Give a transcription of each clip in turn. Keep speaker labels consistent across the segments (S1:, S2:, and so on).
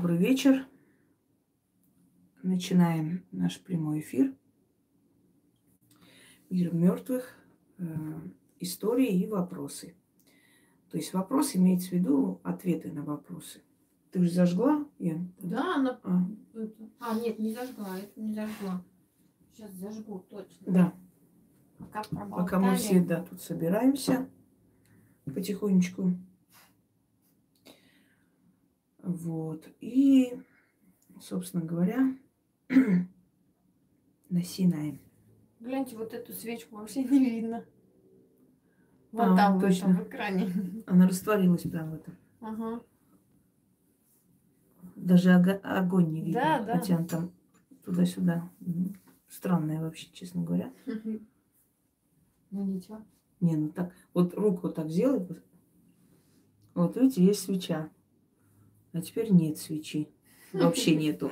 S1: Добрый вечер. Начинаем наш прямой эфир. Мир мертвых, истории и вопросы. То есть вопрос имеется в виду ответы на вопросы. Ты уже зажгла, Ян?
S2: Да, она... нет, не зажгла, это не зажгла. Сейчас зажгу, точно.
S1: Да.
S2: Пока
S1: мы все, тут собираемся потихонечку. Вот. И, собственно говоря, начинаем.
S2: Гляньте, вот эту свечку вообще не видно. Вот там,
S1: точно.
S2: в экране.
S1: Она растворилась прямо в этом.
S2: Ага.
S1: Даже огонь не видно.
S2: Да.
S1: Хотя он там туда-сюда. Странное вообще, честно говоря.
S2: Ну ничего.
S1: Не, ну так. Вот руку так сделай. Вот видите, есть свеча. А теперь нет свечи. Вообще нету.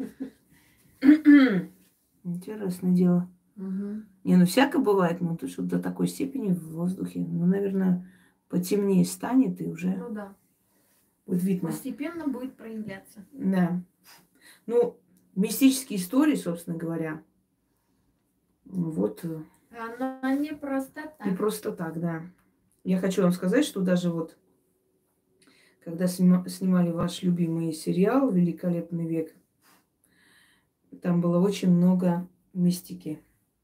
S1: Интересное дело. Не, ну всяко бывает, ну то, что до такой степени в воздухе. Ну, наверное, потемнее станет и уже.
S2: Ну да.
S1: Вот видно.
S2: Постепенно будет проявляться.
S1: Да. Ну, мистические истории, собственно говоря. Вот.
S2: Она не просто так.
S1: Не просто так, да. Я хочу вам сказать, что даже вот, когда снимали ваш любимый сериал «Великолепный век», там было очень много мистики.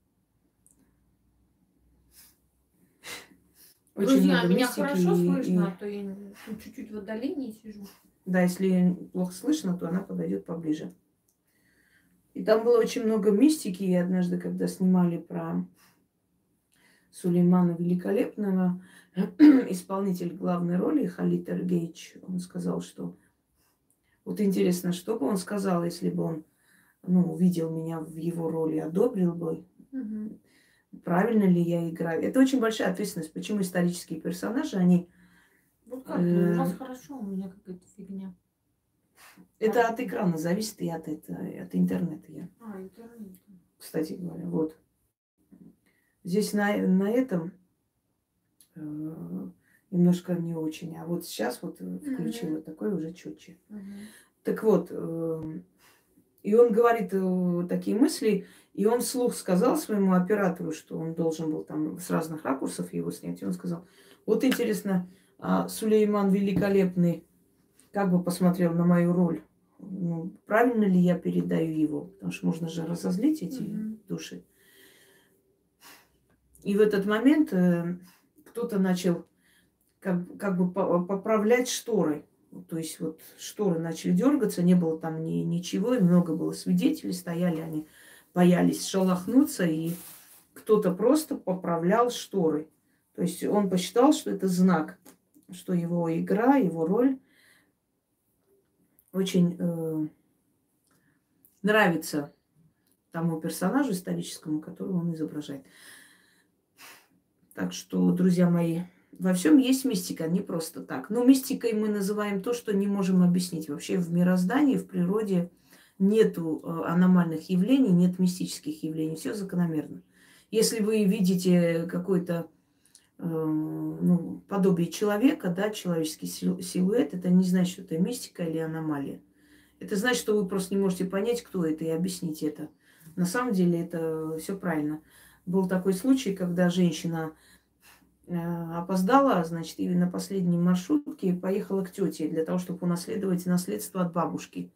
S1: Очень
S2: Друзья,
S1: много
S2: меня
S1: мистики
S2: хорошо слышно, а то я чуть-чуть в отдалении сижу.
S1: Да, если плохо слышно, то она подойдет поближе. И там было очень много мистики. И однажды, когда снимали про Сулеймана Великолепного, исполнитель главной роли Халид Эргейч, он сказал, что вот интересно, что бы он сказал, если бы он увидел меня в его роли, одобрил бы, правильно ли я играю. Это очень большая ответственность. Почему исторические персонажи, они...
S2: Вот как, у вас хорошо, у меня какая-то фигня.
S1: Это от экрана зависит и от интернета.
S2: Интернет.
S1: Кстати говоря, вот. Здесь на этом немножко не очень. А вот сейчас вот включила такое уже четче. Так вот, и он говорит такие мысли, и он вслух сказал своему оператору, что он должен был там с разных ракурсов его снять. И он сказал, вот интересно, Сулейман Великолепный как бы посмотрел на мою роль. Ну, правильно ли я передаю его? Потому что можно же разозлить эти души. И в этот момент кто-то начал как бы поправлять шторы. То есть вот шторы начали дергаться, не было там ничего, и много было свидетелей, стояли они, боялись шелохнуться, и кто-то просто поправлял шторы. То есть он посчитал, что это знак, что его игра, его роль очень нравится тому персонажу историческому, которого он изображает. Так что, друзья мои, во всем есть мистика, не просто так. Но мистикой мы называем то, что не можем объяснить. Вообще в мироздании, в природе нету аномальных явлений, нет мистических явлений. Все закономерно. Если вы видите какое-то подобие человека, да, человеческий силуэт, это не значит, что это мистика или аномалия. Это значит, что вы просто не можете понять, кто это, и объяснить это. На самом деле это все правильно. Был такой случай, когда женщина опоздала, значит, и на последней маршрутке поехала к тете для того, чтобы унаследовать наследство от бабушки.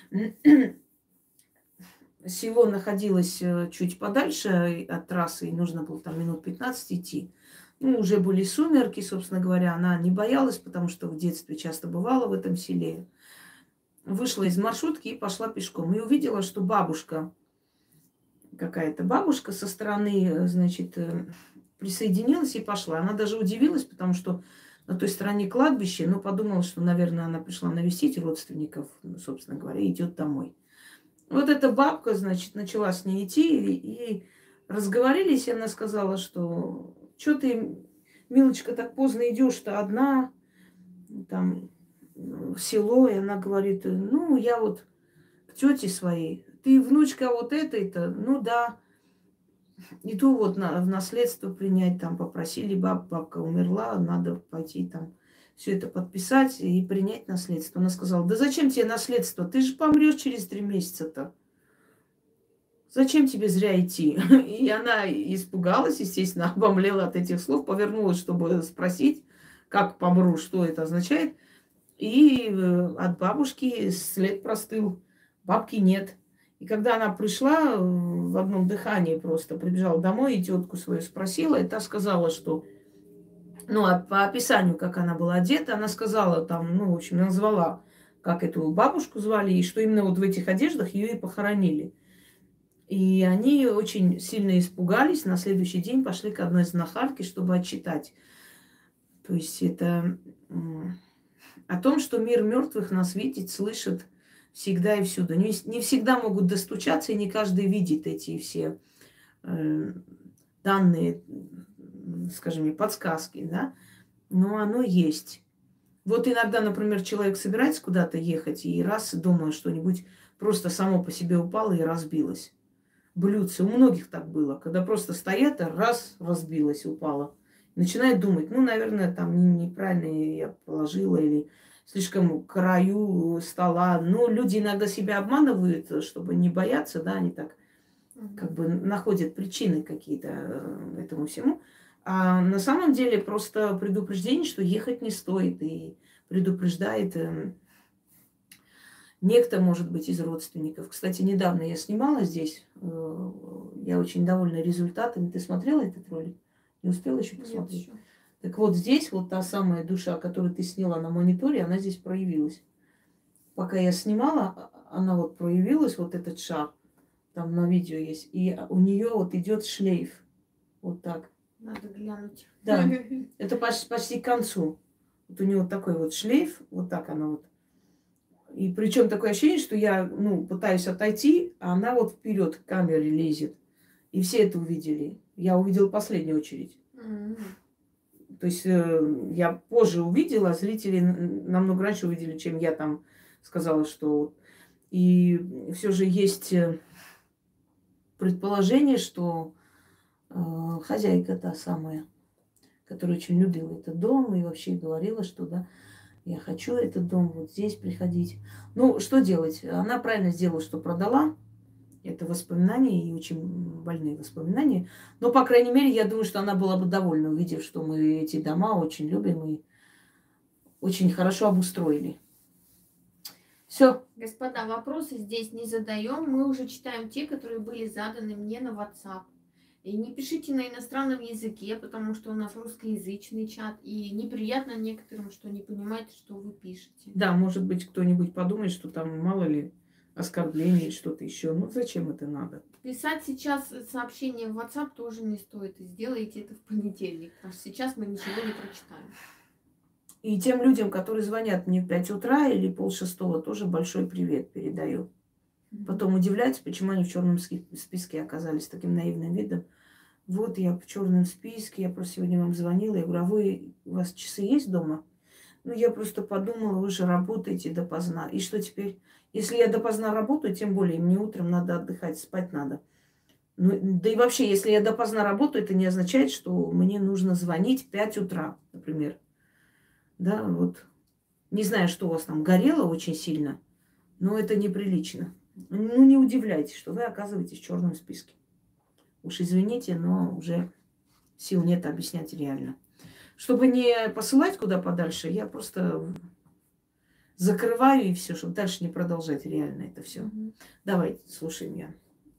S1: Село находилось чуть подальше от трассы, и нужно было там минут 15 идти. Уже были сумерки, собственно говоря. Она не боялась, потому что в детстве часто бывала в этом селе. Вышла из маршрутки и пошла пешком. И увидела, что какая-то бабушка со стороны, значит, присоединилась и пошла. Она даже удивилась, потому что на той стороне кладбище, но подумала, что, наверное, она пришла навестить родственников, собственно говоря, идет домой. Вот эта бабка, значит, начала с ней идти, и разговорились, и она сказала, что ты, милочка, так поздно идешь-то одна, там, в село, и она говорит, я вот к тете своей, ты внучка вот этой-то, да, иду вот в наследство принять, там попросили, бабка умерла, надо пойти там все это подписать и принять наследство. Она сказала, да зачем тебе наследство? Ты же помрешь через 3 месяца-то. Зачем тебе зря идти? И она испугалась, естественно, обомлела от этих слов, повернулась, чтобы спросить, как помру, что это означает. И от бабушки след простыл. Бабки нет. И когда она пришла в одном дыхании просто, прибежала домой и тетку свою спросила, и та сказала, что, ну, по описанию, как она была одета, она сказала там, ну, в общем, назвала, как эту бабушку звали, и что именно вот в этих одеждах ее и похоронили. И они очень сильно испугались, на следующий день пошли к одной знахарке, чтобы отчитать. То есть это о том, что мир мертвых нас видит, слышит всегда и всюду. Не всегда могут достучаться, и не каждый видит эти все данные, скажем, подсказки, да, но оно есть. Вот иногда, например, человек собирается куда-то ехать, и раз думает, что-нибудь просто само по себе упало и разбилось. Блюдце. У многих так было, когда просто стоят, а раз разбилось, упало. Начинает думать, ну, наверное, там неправильно я положила или слишком к краю стола. Ну, люди иногда себя обманывают, чтобы не бояться, да, они так как бы находят причины какие-то этому всему. А на самом деле просто предупреждение, что ехать не стоит, и предупреждает некто, может быть, из родственников. Кстати, недавно я снимала здесь. Я очень довольна результатами. Ты смотрела этот ролик? Не успела еще посмотреть?
S2: Нет,
S1: Так вот здесь вот та самая душа, которую ты сняла на мониторе, она здесь проявилась. Пока я снимала, она вот проявилась, вот этот шар. Там на видео есть. И у нее вот идет шлейф. Вот так.
S2: надо глянуть.
S1: Да, это почти к концу. Вот у нее вот такой вот шлейф. Вот так она вот. И причем такое ощущение, что я, ну, пытаюсь отойти, а она вот вперед к камере лезет. И все это увидели. Я увидела в последнюю очередь. То есть я позже увидела, а зрители намного раньше увидели, чем я там сказала, что... И все же есть предположение, что хозяйка та самая, которая очень любила этот дом и вообще говорила, что да, я хочу этот дом вот здесь приходить. Ну, что делать? Она правильно сделала, что продала. Это воспоминания и очень больные воспоминания. Но, по крайней мере, я думаю, что она была бы довольна, увидев, что мы эти дома очень любим и очень хорошо обустроили. Все.
S2: Господа, вопросы здесь не задаем. Мы уже читаем те, которые были заданы мне на WhatsApp. И не пишите на иностранном языке, потому что у нас русскоязычный чат. И неприятно некоторым, что не понимаете, что вы пишете.
S1: Да, может быть, кто-нибудь подумает, что там мало ли оскорбление или что-то еще. Ну, зачем это надо?
S2: Писать сейчас сообщение в WhatsApp тоже не стоит. И сделайте это в понедельник. Потому что сейчас мы ничего не прочитаем.
S1: И тем людям, которые звонят мне в 5 утра или полшестого, тоже большой привет передаю. Потом удивляются, почему они в черном списке оказались таким наивным видом. Вот я в черном списке, я просто сегодня вам звонила. Я говорю, а у вас часы есть дома? Ну, я просто подумала, вы же работаете допоздна. И что теперь? Если я допоздна работаю, тем более мне утром надо отдыхать, спать надо. Ну, да и вообще, если я допоздна работаю, это не означает, что мне нужно звонить в 5 утра, например. Да, вот. Не знаю, что у вас там горело очень сильно, но это неприлично. Ну, не удивляйтесь, что вы оказываетесь в черном списке. Уж извините, но уже сил нет объяснять реально. Чтобы не посылать куда подальше, я просто закрываю и все, чтобы дальше не продолжать реально это все. Давайте, слушаем я.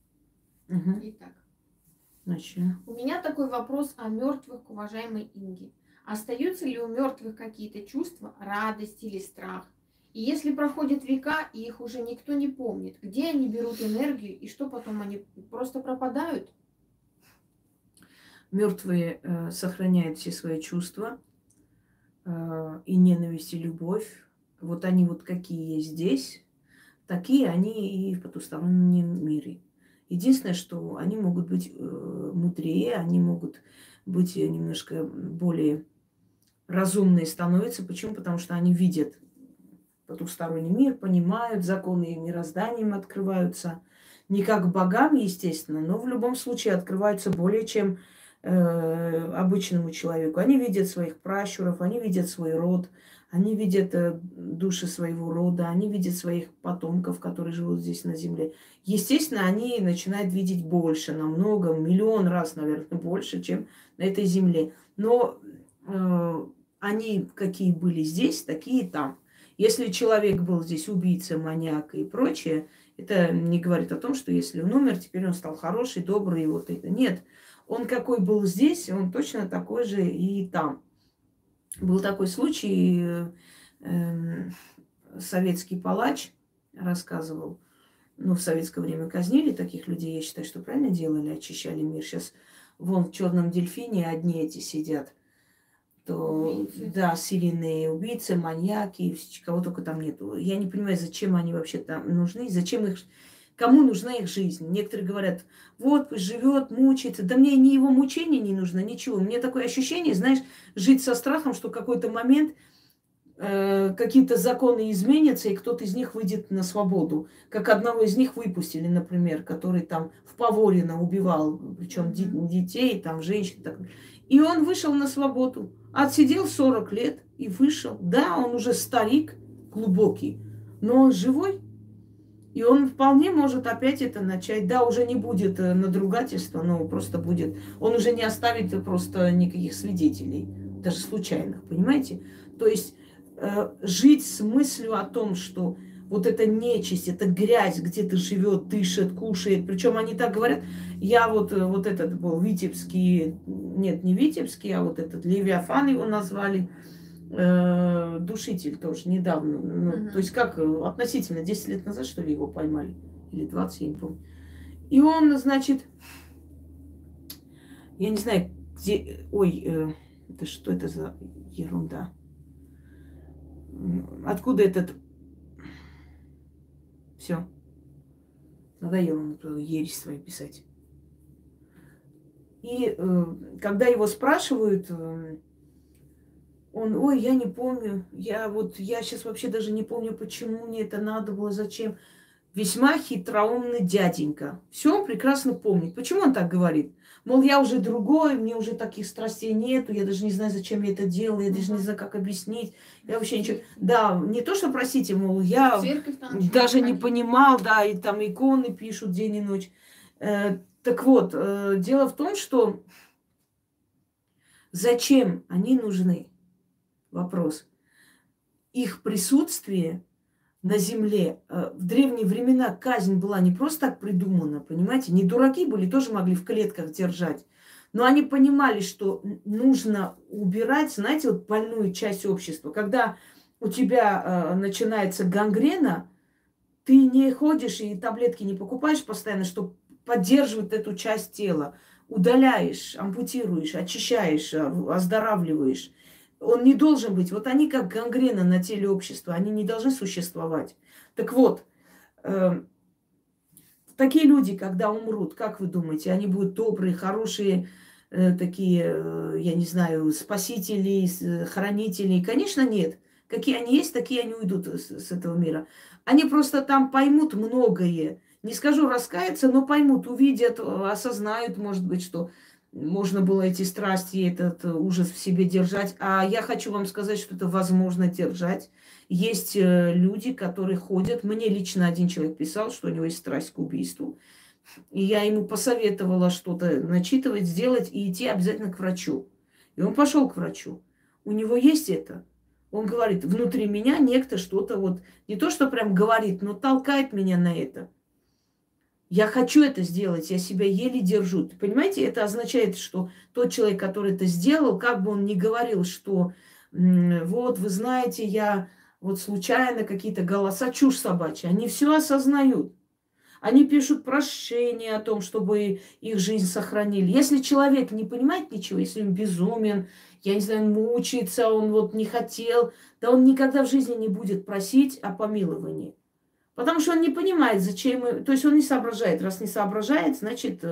S2: Итак.
S1: Начнем.
S2: У меня такой вопрос о мертвых к уважаемой Инге. Остаются ли у мертвых какие-то чувства, радость или страх? И если проходят века, и их уже никто не помнит, где они берут энергию, и что потом они просто пропадают?
S1: Мертвые сохраняют все свои чувства, и ненависть, и любовь. Вот они вот какие есть здесь, такие они и в потустороннем мире. Единственное, что они могут быть мудрее, они могут быть немножко более разумные становятся. Почему? Потому что они видят потусторонний мир, понимают, законы мироздания им открываются. Не как богам, естественно, но в любом случае открываются более чем обычному человеку. Они видят своих пращуров, они видят свой род, они видят души своего рода, они видят своих потомков, которые живут здесь на земле. Естественно, они начинают видеть больше, намного, миллион раз, наверное, больше, чем на этой земле. Но они какие были здесь, такие и там. Если человек был здесь убийца, маньяк и прочее, это не говорит о том, что если он умер, теперь он стал хороший, добрый, и вот это. Нет. Он какой был здесь, он точно такой же и там. Был такой случай, советский палач рассказывал, ну, в советское время казнили таких людей, я считаю, что правильно делали, очищали мир. Сейчас вон в черном дельфине одни эти сидят. То,
S2: Убийцы.
S1: да, серийные убийцы, маньяки, кого только там нету. Я не понимаю, зачем они вообще там нужны, зачем их, кому нужна их жизнь. Некоторые говорят, вот пусть живет, мучается. Да мне ни его мучения не нужно, ничего. Мне такое ощущение, знаешь, жить со страхом, что в какой-то момент какие-то законы изменятся, и кто-то из них выйдет на свободу. Как одного из них выпустили, например, который там в Поворино убивал, причем детей, там, женщин. Так. И он вышел на свободу. Отсидел 40 лет и вышел. Да, он уже старик, глубокий, но он живой. И он вполне может опять это начать. Да, уже не будет надругательства, но просто будет... Он уже не оставит просто никаких свидетелей, даже случайных, понимаете? То есть жить с мыслью о том, что вот эта нечисть, эта грязь где-то живет, дышит, кушает. Причем они так говорят. Я вот этот был Витебский, нет, не Витебский, а вот этот Левиафан его назвали. Душитель тоже недавно. Ну, то есть как относительно 10 лет назад, что ли, его поймали? Или 20, я не помню. И он, значит, я не знаю, где... Ой, это что это за ерунда? Откуда этот... Все. Надоело ересь свои писать. И когда его спрашивают... Он, ой, я не помню, я сейчас вообще даже не помню, почему мне это надо было, зачем. Весьма хитроумный дяденька. Все он прекрасно помнит. Почему он так говорит? Мол, я уже другой, мне уже таких страстей нету, я даже не знаю, зачем я это делаю, я даже не знаю, как объяснить. Я вообще ничего... Да, не то, что простите, мол, я даже не понимал, да, и там иконы пишут день и ночь. Так вот, дело в том, что зачем они нужны? Вопрос. Их присутствие на земле. В древние времена казнь была не просто так придумана, понимаете? Не дураки были, тоже могли в клетках держать. Но они понимали, что нужно убирать, знаете, вот больную часть общества. Когда у тебя начинается гангрена, ты не ходишь и таблетки не покупаешь постоянно, чтобы поддерживать эту часть тела. Удаляешь, ампутируешь, очищаешь, оздоравливаешь. Он не должен быть. Вот они как гангрена на теле общества, они не должны существовать. Так вот, такие люди, когда умрут, как вы думаете, они будут добрые, хорошие, такие, я не знаю, спасители, хранители? Конечно, нет. Какие они есть, такие они уйдут с этого мира. Они просто там поймут многое. Не скажу раскаяться, но поймут, увидят, осознают, может быть, что можно было эти страсти, этот ужас в себе держать. А я хочу вам сказать, что это возможно держать. Есть люди, которые ходят. Мне лично один человек писал, что у него есть страсть к убийству. И я ему посоветовала что-то начитывать, сделать и идти обязательно к врачу. И он пошел к врачу. У него есть это. Он говорит, внутри меня некто что-то вот, не то, что прям говорит, но толкает меня на это. Я хочу это сделать, я себя еле держу. Понимаете, это означает, что тот человек, который это сделал, как бы он ни говорил, что вот, вы знаете, я вот случайно какие-то голоса, чушь собачья, они все осознают. Они пишут прошение о том, чтобы их жизнь сохранили. Если человек не понимает ничего, если он безумен, я не знаю, мучается, он вот не хотел, да он никогда в жизни не будет просить о помиловании. Потому что он не понимает, зачем... То есть он не соображает. Раз не соображает, значит...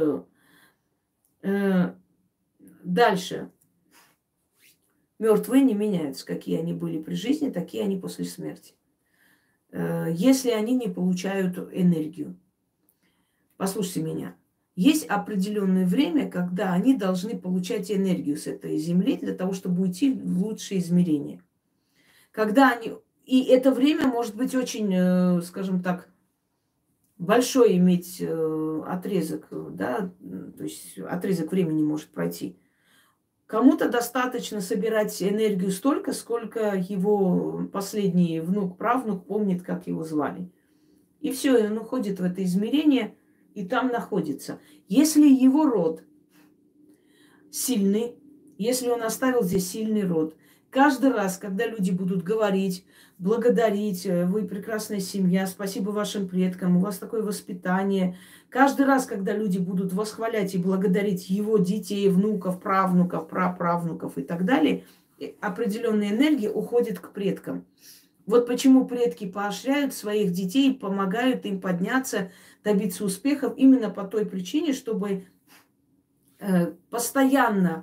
S1: дальше. Мертвые не меняются. Какие они были при жизни, такие они после смерти. Если они не получают энергию. Послушайте меня. есть определенное время, когда они должны получать энергию с этой Земли для того, чтобы уйти в лучшие измерения. Когда они... И это время может быть очень, скажем так, большой иметь отрезок, да, то есть отрезок времени может пройти. Кому-то достаточно собирать энергию столько, сколько его последний внук, правнук помнит, как его звали. И все, и он уходит в это измерение и там находится. Если его род сильный, если он оставил здесь сильный род, каждый раз, когда люди будут говорить, благодарить, вы прекрасная семья, спасибо вашим предкам, у вас такое воспитание. Каждый раз, когда люди будут восхвалять и благодарить его детей, внуков, правнуков, праправнуков и так далее, определенная энергия уходит к предкам. Вот почему предки поощряют своих детей, помогают им подняться, добиться успехов именно по той причине, чтобы постоянно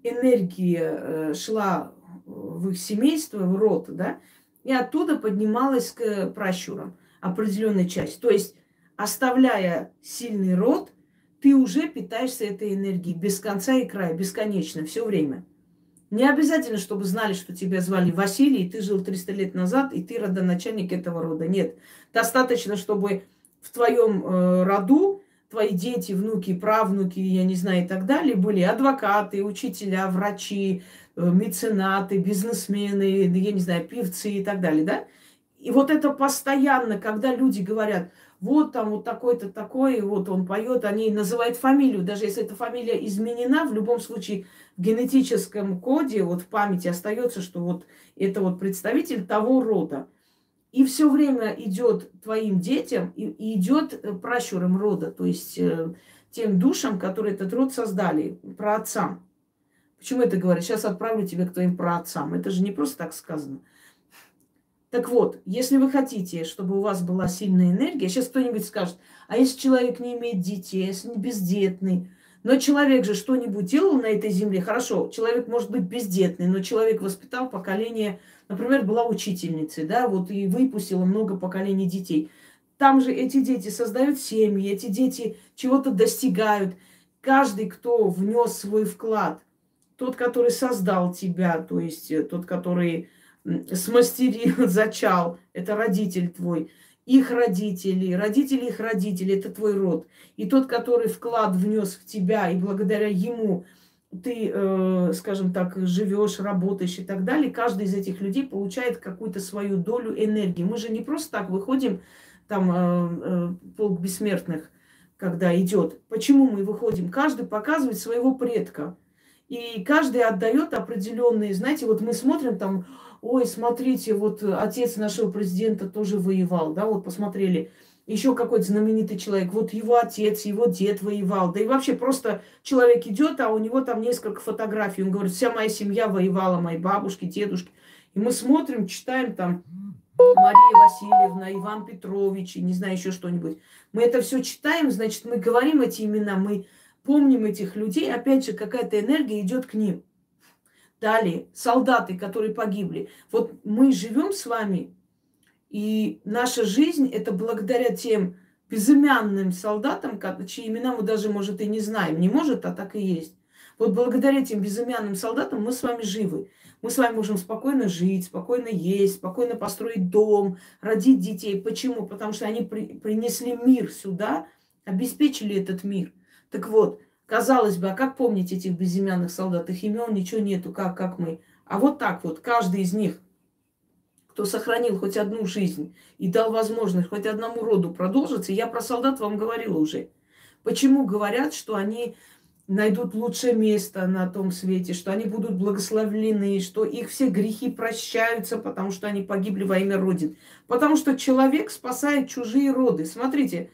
S1: энергия шла в их семейство, в род, да, и оттуда поднималась к пращурам определенная часть. То есть, оставляя сильный род, ты уже питаешься этой энергией без конца и края, бесконечно, все время. Не обязательно, чтобы знали, что тебя звали Василий, и ты жил 300 лет назад, и ты родоначальник этого рода. Нет. Достаточно, чтобы в твоем роду твои дети, внуки, правнуки, я не знаю, и так далее, были адвокаты, учителя, врачи, меценаты, бизнесмены, я не знаю, певцы и так далее, да? И вот это постоянно, когда люди говорят, вот там вот такой-то такой, вот он поет, они называют фамилию, даже если эта фамилия изменена, в любом случае в генетическом коде, вот в памяти остается, что вот это вот представитель того рода. И все время идет твоим детям и идет пращурам рода, то есть тем душам, которые этот род создали, праотцам. Почему это говорю? Сейчас отправлю тебя к твоим праотцам. Это же не просто так сказано. Так вот, если вы хотите, чтобы у вас была сильная энергия, сейчас кто-нибудь скажет, а если человек не имеет детей, если он бездетный, но человек же что-нибудь делал на этой земле, хорошо, человек может быть бездетный, но человек воспитал поколение, например, была учительницей, да, вот и выпустила много поколений детей. Там же эти дети создают семьи, эти дети чего-то достигают. Каждый, кто внес свой вклад, тот, который создал тебя, то есть тот, который смастерил, зачал, это родитель твой, их родители, родители их родителей, это твой род. И тот, который вклад внес в тебя, и благодаря ему ты, скажем так, живешь, работаешь и так далее, каждый из этих людей получает какую-то свою долю энергии. Мы же не просто так выходим, там, полк бессмертных, когда идет. Почему мы выходим? Каждый показывает своего предка. И каждый отдает определенные, знаете, вот мы смотрим там, ой, смотрите, вот отец нашего президента тоже воевал, да, вот посмотрели, еще какой-то знаменитый человек, вот его отец, его дед воевал, да и вообще просто человек идет, а у него там несколько фотографий, он говорит, вся моя семья воевала, мои бабушки, дедушки, и мы смотрим, читаем там Мария Васильевна, Иван Петрович, и не знаю, еще что-нибудь. Мы это все читаем, значит, мы говорим эти имена, мы помним этих людей, опять же, какая-то энергия идет к ним. Далее, солдаты, которые погибли. Вот мы живем с вами, и наша жизнь – это благодаря тем безымянным солдатам, чьи имена мы даже, может, и не знаем. Не может, а так и есть. Вот благодаря этим безымянным солдатам мы с вами живы. Мы с вами можем спокойно жить, спокойно есть, спокойно построить дом, родить детей. Почему? Потому что они принесли мир сюда, обеспечили этот мир. Так вот, казалось бы, а как помнить этих безымянных солдат? Их имен ничего нету, как мы. А вот так вот, каждый из них, кто сохранил хоть одну жизнь и дал возможность хоть одному роду продолжиться, я про солдат вам говорила уже. Почему говорят, что они найдут лучшее место на том свете, что они будут благословлены, что их все грехи прощаются, потому что они погибли во имя Родины. Потому что человек спасает чужие роды. Смотрите,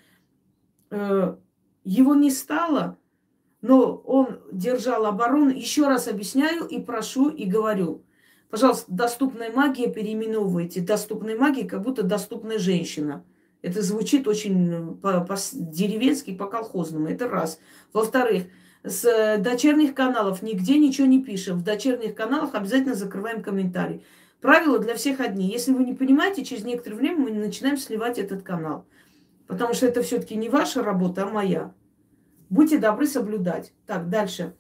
S1: его не стало, но он держал оборону. Еще раз объясняю и прошу, и говорю. Пожалуйста, доступная магия переименовывайте. Доступная магия, как будто доступная женщина. Это звучит очень по-деревенски, по-колхозному. Это раз. Во-вторых, с дочерних каналов нигде ничего не пишем. В дочерних каналах обязательно закрываем комментарий. Правила для всех одни. Если вы не понимаете, через некоторое время мы начинаем сливать этот канал. Потому что это все-таки не ваша работа, а моя. Будьте добры соблюдать. Так, дальше.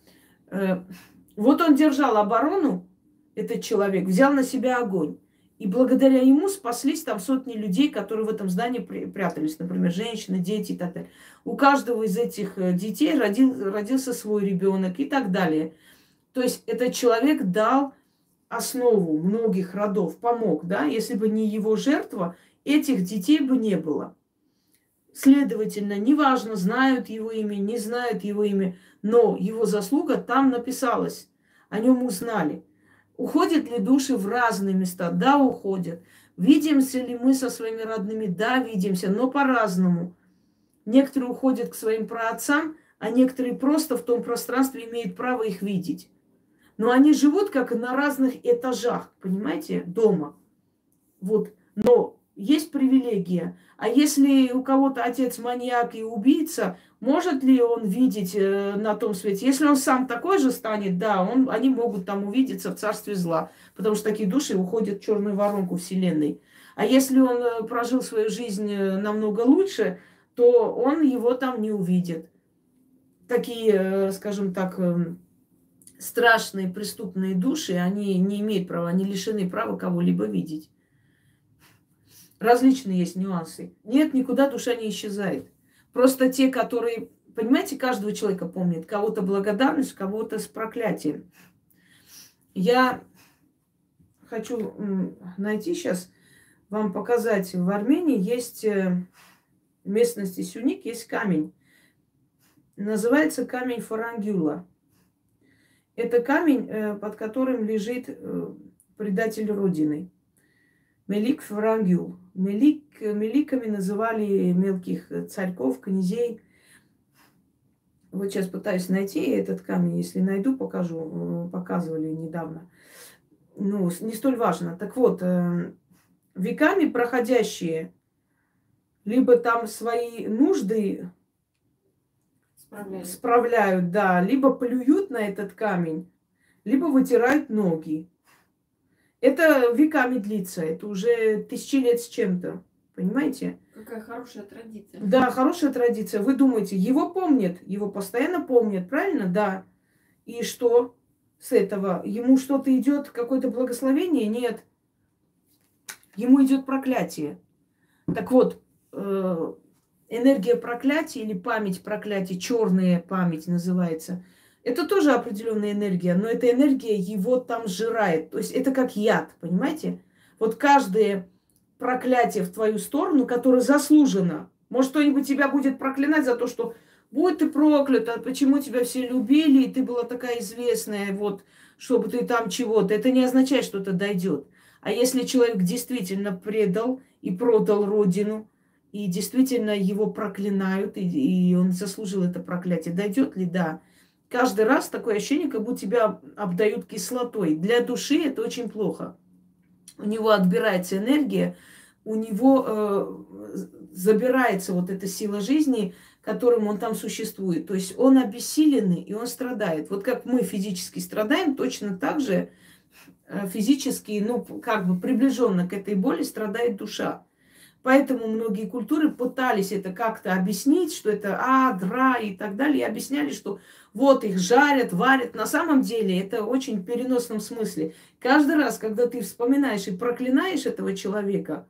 S1: Вот он держал оборону, этот человек, взял на себя огонь. И благодаря ему спаслись там сотни людей, которые в этом здании прятались. Например, женщины, дети и так далее. У каждого из этих детей родился свой ребенок и так далее. То есть этот человек дал основу многих родов, помог, да? Если бы не его жертва, этих детей бы не было. Следовательно, неважно, знают его имя, не знают его имя, но его заслуга там написалась, о нем узнали. Уходят ли души в разные места? Да, уходят. Видимся ли мы со своими родными? Да, видимся, но по-разному. Некоторые уходят к своим праотцам, а некоторые просто в том пространстве имеют право их видеть. Но они живут как на разных этажах, понимаете, дома. Вот. Но есть привилегия. А если у кого-то отец маньяк и убийца, может ли он видеть на том свете? Если он сам такой же станет, да, они могут там увидеться в царстве зла. Потому что такие души уходят в черную воронку Вселенной. А если он прожил свою жизнь намного лучше, то он его там не увидит. Такие, скажем так, страшные преступные души, они не имеют права, они лишены права кого-либо видеть. Различные есть нюансы. Нет, никуда душа не исчезает. Просто те, которые, понимаете, каждого человека помнит. Кого-то благодарность, кого-то с проклятием. Я хочу найти сейчас, вам показать. В Армении есть, в местности Сюник, есть камень. Называется камень Фарангюла. Это камень, под которым лежит предатель Родины. Мелик Фарангюл. Меликами называли мелких царьков, князей. Вот сейчас пытаюсь найти этот камень. Если найду, покажу. Показывали недавно. Ну, не столь важно. Так вот, веками проходящие либо там свои нужды справляют, да, либо плюют на этот камень, либо вытирают ноги. Это веками длится, это уже тысячи лет с чем-то, понимаете?
S2: Какая хорошая традиция.
S1: Да, хорошая традиция. Вы думаете, его помнят, его постоянно помнят, правильно? Да. И что с этого? Ему что-то идет, какое-то благословение? Нет. Ему идет проклятие. Так вот, энергия проклятия или память проклятия, черная память называется, это тоже определенная энергия, но эта энергия его там сжирает. То есть это как яд, понимаете? Вот каждое проклятие в твою сторону, которое заслужено. Может, кто-нибудь тебя будет проклинать за то, что будь ты проклята, почему тебя все любили, и ты была такая известная, вот, чтобы ты там чего-то. Это не означает, что это дойдет. А если человек действительно предал и продал родину, и действительно его проклинают, и он заслужил это проклятие, дойдет ли? Да. Каждый раз такое ощущение, как будто тебя обдают кислотой. Для души это очень плохо. У него отбирается энергия, у него забирается вот эта сила жизни, которым он там существует. То есть он обессиленный, и он страдает. Вот как мы физически страдаем, точно так же физически, ну, как бы приближенно к этой боли страдает душа. Поэтому многие культуры пытались это как-то объяснить, что это ад, рай и так далее. И объясняли, что вот их жарят, варят. На самом деле это очень в переносном смысле. Каждый раз, когда ты вспоминаешь и проклинаешь этого человека,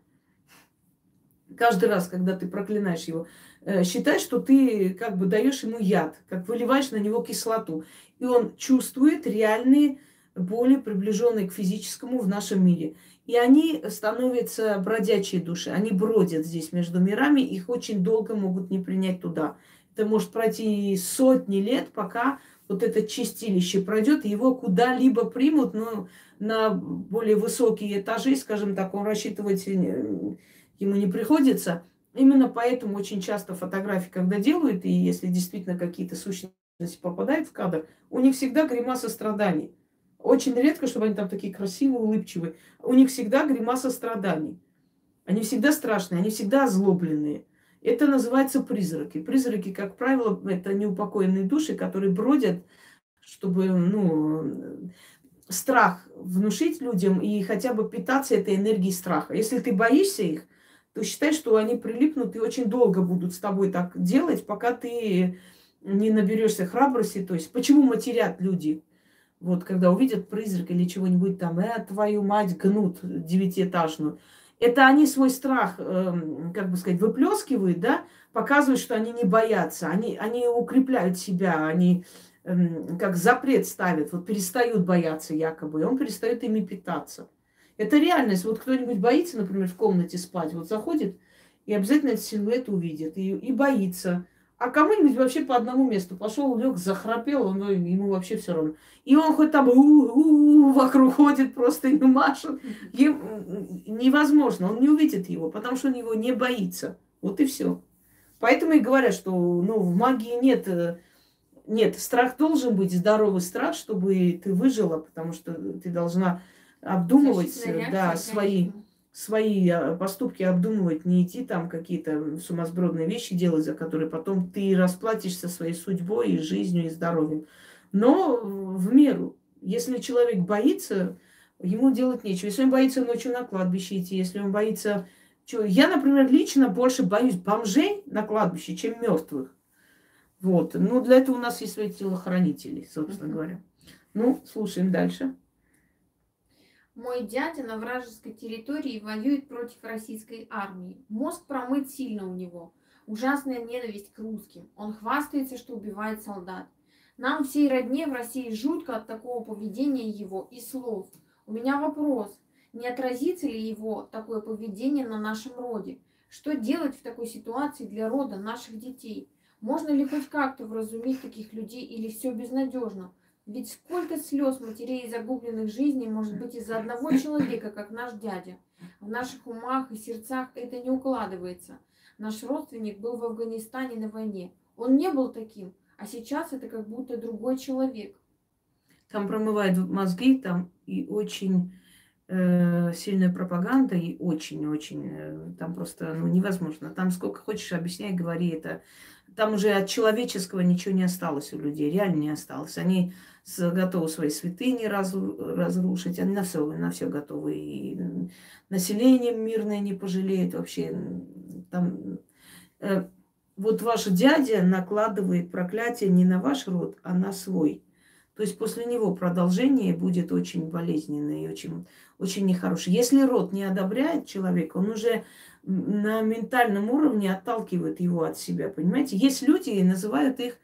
S1: каждый раз, когда ты проклинаешь его, считай, что ты как бы даешь ему яд, как выливаешь на него кислоту. И он чувствует реальные боли, приближенные к физическому в нашем мире. И они становятся бродячие души. Они бродят здесь между мирами, их очень долго могут не принять туда. Это может пройти сотни лет, пока вот это чистилище пройдет, и его куда-либо примут, но на более высокие этажи, скажем так, он рассчитывать ему не приходится. Именно поэтому очень часто фотографии, когда делают, и если действительно какие-то сущности попадают в кадр, у них всегда гримаса страданий. Очень редко, чтобы они там такие красивые, улыбчивые. У них всегда гримаса страданий. Они всегда страшные, они всегда озлобленные. Это называется призраки. Призраки, как правило, это неупокоенные души, которые бродят, чтобы, страх внушить людям и хотя бы питаться этой энергией страха. Если ты боишься их, то считай, что они прилипнут и очень долго будут с тобой так делать, пока ты не наберешься храбрости. То есть почему матерят люди? Вот когда увидят призрак или чего-нибудь там, твою мать, гнут девятиэтажную. Это они свой страх, как бы сказать, выплескивают, да, показывают, что они не боятся, они укрепляют себя, они как запрет ставят, вот перестают бояться якобы, и он перестает ими питаться. Это реальность. Вот кто-нибудь боится, например, в комнате спать, вот заходит и обязательно этот силуэт увидит, и боится. А кому-нибудь вообще по одному месту пошел, лег, захрапел, ему вообще все равно. И он хоть там вокруг ходит, просто не машет. Невозможно, он не увидит его, потому что он его не боится. Вот и все. Поэтому и говорят, что в магии нет, страх должен быть, здоровый страх, чтобы ты выжила, потому что ты должна обдумывать, да, свои поступки обдумывать, не идти там какие-то сумасбродные вещи делать, за которые потом ты расплатишься своей судьбой и жизнью, и здоровьем. Но в меру. Если человек боится, ему делать нечего. Если он боится ночью на кладбище идти, если он боится... Я, например, лично больше боюсь бомжей на кладбище, чем мертвых. Вот. Ну, для этого у нас есть свои телохранители, собственно говоря. Ну, слушаем дальше.
S2: Мой дядя на вражеской территории воюет против российской армии. Мозг промыт сильно у него. Ужасная ненависть к русским. Он хвастается, что убивает солдат. Нам всей родне в России жутко от такого поведения его и слов. У меня вопрос. Не отразится ли его такое поведение на нашем роде? Что делать в такой ситуации для рода наших детей? Можно ли хоть как-то вразумить таких людей или все безнадежно? Ведь сколько слез матерей и загубленных жизней может быть из-за одного человека, как наш дядя. В наших умах и сердцах это не укладывается. Наш родственник был в Афганистане на войне. Он не был таким, а сейчас это как будто другой человек.
S1: Там промывают мозги, там и очень сильная пропаганда, и очень-очень, там просто невозможно. Там сколько хочешь объясняй, говори это. Там уже от человеческого ничего не осталось у людей, реально не осталось. Они готовы свои святыни разрушить, они на все готовы. И население мирное не пожалеет вообще. Там, вот ваш дядя накладывает проклятие не на ваш род, а на свой. То есть после него продолжение будет очень болезненное и очень, очень нехорошее. Если род не одобряет человека, он уже на ментальном уровне отталкивает его от себя, понимаете? Есть люди, и называют их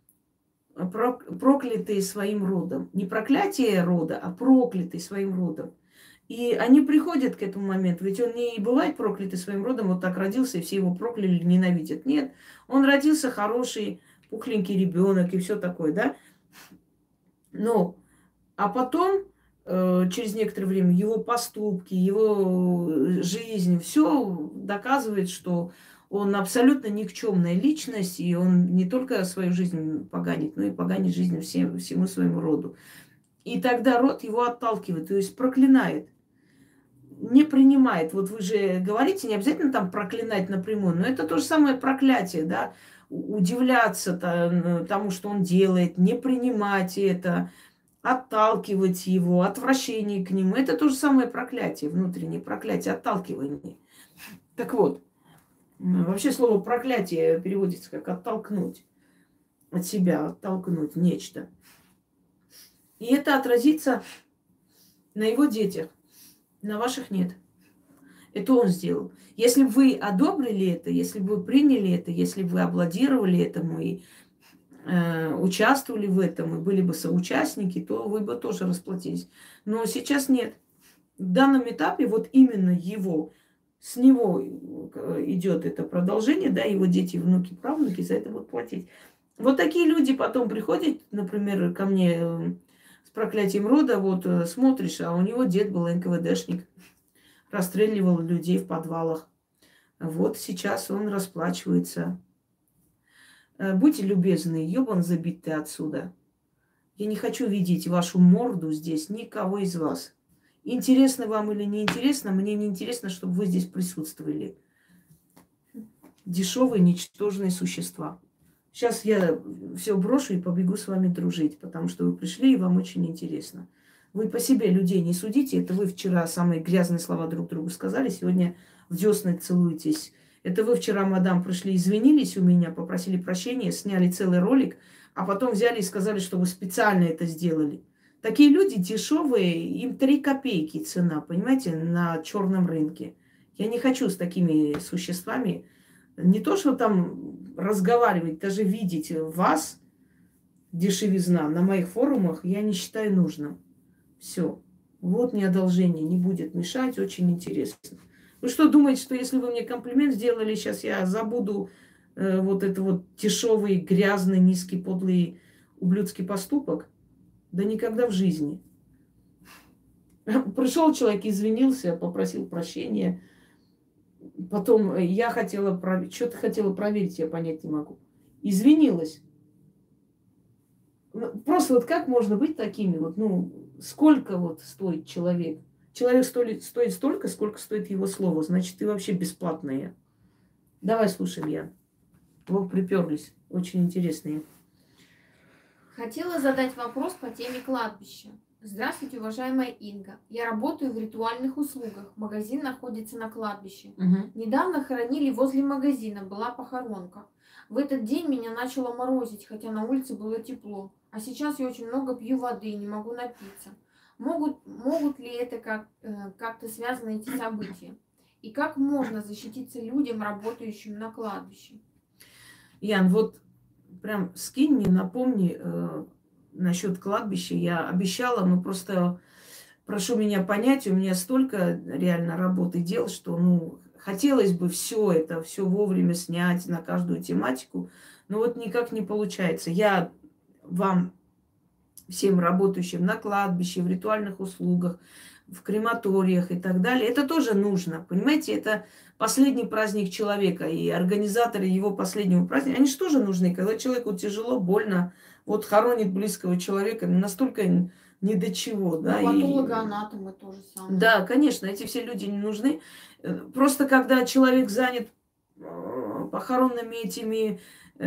S1: проклятые своим родом. Не проклятие рода, а проклятые своим родом. И они приходят к этому моменту. Ведь он не бывает проклятый своим родом, вот так родился, и все его прокляли, ненавидят. Нет, он родился хороший, пухленький ребенок и все такое, да? Но, а потом, через некоторое время, его поступки, его жизнь, все доказывает, что он абсолютно никчемная личность, и он не только свою жизнь поганит, но и поганит жизнь всему своему роду. И тогда род его отталкивает, то есть проклинает, не принимает. Вот вы же говорите, не обязательно там проклинать напрямую, но это то же самое проклятие, да, удивляться тому, что он делает, не принимать это, отталкивать его, отвращение к нему. Это то же самое проклятие, внутреннее проклятие, отталкивание. Так вот, вообще слово проклятие переводится как оттолкнуть от себя, оттолкнуть нечто. И это отразится на его детях, на ваших нет. Это он сделал. Если бы вы одобрили это, если бы вы приняли это, если бы вы аплодировали этому и участвовали в этом, и были бы соучастники, то вы бы тоже расплатились. Но сейчас нет. В данном этапе вот именно его, с него идет это продолжение, да, его дети, внуки, правнуки за это будут платить. Вот такие люди потом приходят, например, ко мне с проклятием рода, вот смотришь, а у него дед был НКВДшник, расстреливал людей в подвалах. Вот сейчас он расплачивается. Будьте любезны, ёбан забить ты отсюда. Я не хочу видеть вашу морду здесь, никого из вас. Интересно вам или не интересно, мне не интересно, чтобы вы здесь присутствовали. Дешевые, ничтожные существа. Сейчас я все брошу и побегу с вами дружить, потому что вы пришли, и вам очень интересно. Вы по себе людей не судите. Это вы вчера самые грязные слова друг другу сказали, сегодня в десны целуетесь Это вы вчера, мадам, пришли, извинились у меня, попросили прощения, сняли целый ролик, а потом взяли и сказали, что вы специально это сделали. Такие люди дешевые, им 3 копейки цена, понимаете, на черном рынке. Я не хочу с такими существами не то, что там разговаривать, даже видеть вас, дешевизна, на моих форумах, я не считаю нужным. Все. Вот мне одолжение, не будет мешать, очень интересно. Вы что думаете, что если вы мне комплимент сделали, сейчас я забуду вот это вот дешевый, грязный, низкий, подлый, ублюдский поступок? Да никогда в жизни. Пришел человек, извинился, попросил прощения. Потом я хотела проверить, что-то хотела проверить, я понять не могу. Извинилась. Просто вот как можно быть такими вот, ну, сколько вот стоит человек? Человек стоит столько, сколько стоит его слово. Значит, ты вообще бесплатная. Давай слушаем, Ян. Вы приперлись. Очень интересные.
S2: Хотела задать вопрос по теме кладбища. Здравствуйте, уважаемая Инга. Я работаю в ритуальных услугах. Магазин находится на кладбище. Недавно хоронили возле магазина, была похоронка. В этот день меня начало морозить, хотя на улице было тепло. А сейчас я очень много пью воды и не могу напиться. Могут ли это как-то связаны эти события? И как можно защититься людям, работающим на кладбище?
S1: Ян, вот прям скинь мне, напомни насчет кладбища. Я обещала, но просто прошу меня понять, у меня столько реально работы дел, что, ну, хотелось бы все это, все вовремя снять на каждую тематику, но вот никак не получается. Я вам, всем работающим на кладбище, в ритуальных услугах, в крематориях и так далее, это тоже нужно. Понимаете, это последний праздник человека, и организаторы его последнего праздника, они же тоже нужны. Когда человеку тяжело, больно, вот хоронит близкого человека, настолько ни до чего. Да,
S2: Патологоанатомы тоже самое.
S1: Да, конечно, эти все люди не нужны. Просто когда человек занят похоронными этими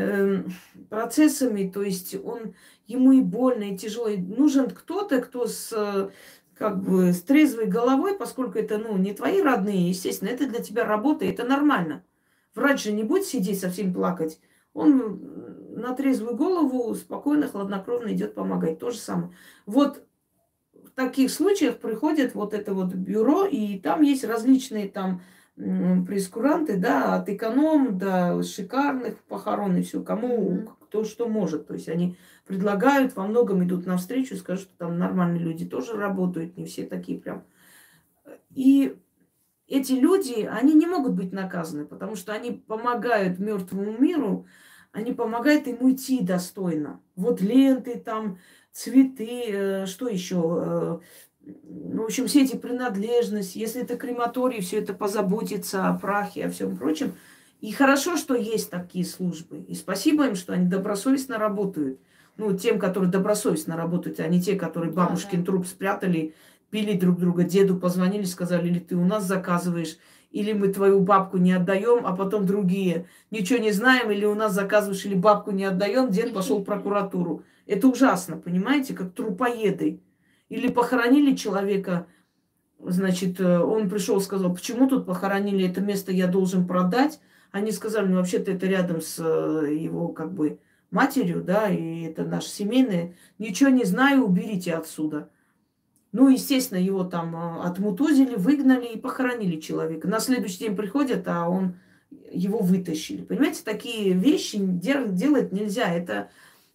S1: процессами, то есть ему и больно, и тяжело. И нужен кто-то, кто как бы с трезвой головой, поскольку это, ну, не твои родные, естественно, это для тебя работа, и это нормально. Врач же не будет сидеть совсем плакать. Он на трезвую голову спокойно, хладнокровно идет помогать. То же самое. Вот в таких случаях приходит вот это вот бюро, и там есть различные там прейскуранты, да, от эконом до шикарных похорон и все, кому кто что может. То есть они предлагают, во многом идут навстречу, скажут, что там нормальные люди тоже работают, не все такие прям. И эти люди, они не могут быть наказаны, потому что они помогают мертвому миру, они помогают ему идти достойно. Вот ленты там, цветы, что еще? Ну, в общем, все эти принадлежности, если это крематорий, все это позаботиться о прахе, о всем прочем. И хорошо, что есть такие службы. И спасибо им, что они добросовестно работают. Ну, тем, которые добросовестно работают, а не те, которые бабушкин труп спрятали, пили друг друга, деду позвонили, сказали, или ты у нас заказываешь, или мы твою бабку не отдаем, а потом другие ничего не знаем, или у нас заказываешь, или бабку не отдаем, дед пошел в прокуратуру. Это ужасно, понимаете, как трупоеды. Или похоронили человека, значит, он пришел, сказал, почему тут похоронили, это место я должен продать. Они сказали, ну, вообще-то это рядом с его, как бы, матерью, да, и это наше семейное. Ничего не знаю, уберите отсюда. Ну, естественно, его там отмутузили, выгнали и похоронили человека. На следующий день приходят, а его вытащили. Понимаете, такие вещи делать нельзя. Это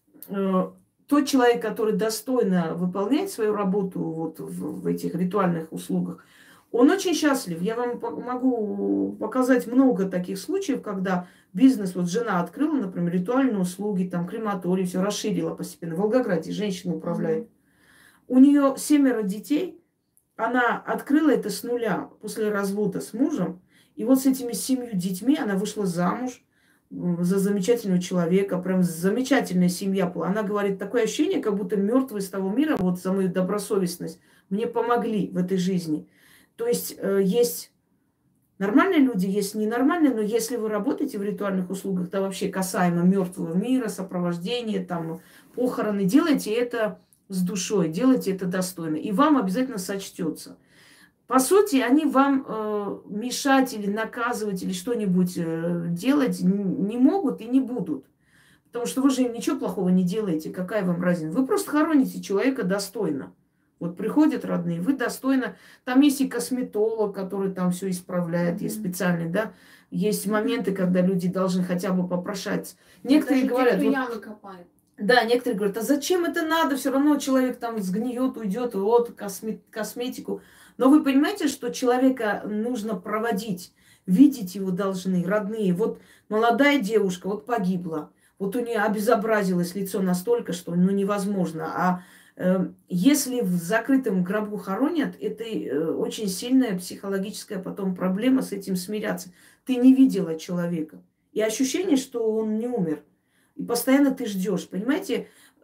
S1: тот человек, который достойно выполняет свою работу вот в этих ритуальных услугах, он очень счастлив. Я вам могу показать много таких случаев, когда бизнес, вот жена открыла, например, ритуальные услуги, там, крематорий, все расширила постепенно. В Волгограде женщина управляет. У нее 7 детей, она открыла это с нуля после развода с мужем. И вот с этими 7 детьми она вышла замуж за замечательного человека, прям замечательная семья была. Она говорит, такое ощущение, как будто мертвые с того мира, вот за мою добросовестность, мне помогли в этой жизни. То есть есть нормальные люди, есть ненормальные, но если вы работаете в ритуальных услугах, да вообще касаемо мертвого мира, сопровождения, там, похороны, делайте это с душой, делайте это достойно. И вам обязательно сочтется. По сути, они вам мешать или наказывать или что-нибудь делать не могут и не будут. Потому что вы же им ничего плохого не делаете. Какая вам разница? Вы просто хороните человека достойно. Вот приходят родные, вы достойно. Там есть и косметолог, который там все исправляет, есть специальный, да. Есть моменты, когда люди должны хотя бы попрошаться. Некоторые
S2: Даже
S1: говорят,
S2: те, кто
S1: вот,
S2: ямы копает.
S1: да, некоторые говорят, а зачем это надо? Все равно человек там сгниет, уйдет, вот косметику. Но вы понимаете, что человека нужно проводить, видеть его должны родные. Вот молодая девушка, вот погибла, вот у нее обезобразилось лицо настолько, что ну невозможно. А если в закрытом гробу хоронят, это очень сильная психологическая потом проблема с этим смиряться. Ты не видела человека. И ощущение, что он не умер. И постоянно ты ждешь. Понимаете,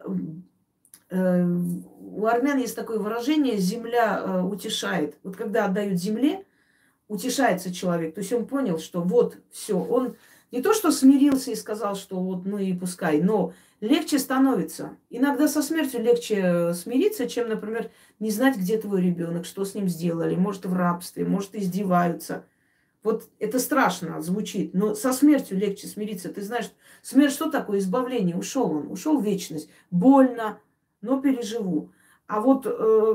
S1: у армян есть такое выражение «земля утешает». Вот когда отдают земле, утешается человек. То есть он понял, что вот все. Он не то, что смирился и сказал, что вот ну и пускай, но легче становится. Иногда со смертью легче смириться, чем, например, не знать, где твой ребенок, что с ним сделали. Может, в рабстве, может, издеваются. Вот это страшно звучит, но со смертью легче смириться. Ты знаешь, смерть что такое? Избавление. Ушел он, ушел в вечность. Больно, но переживу. А вот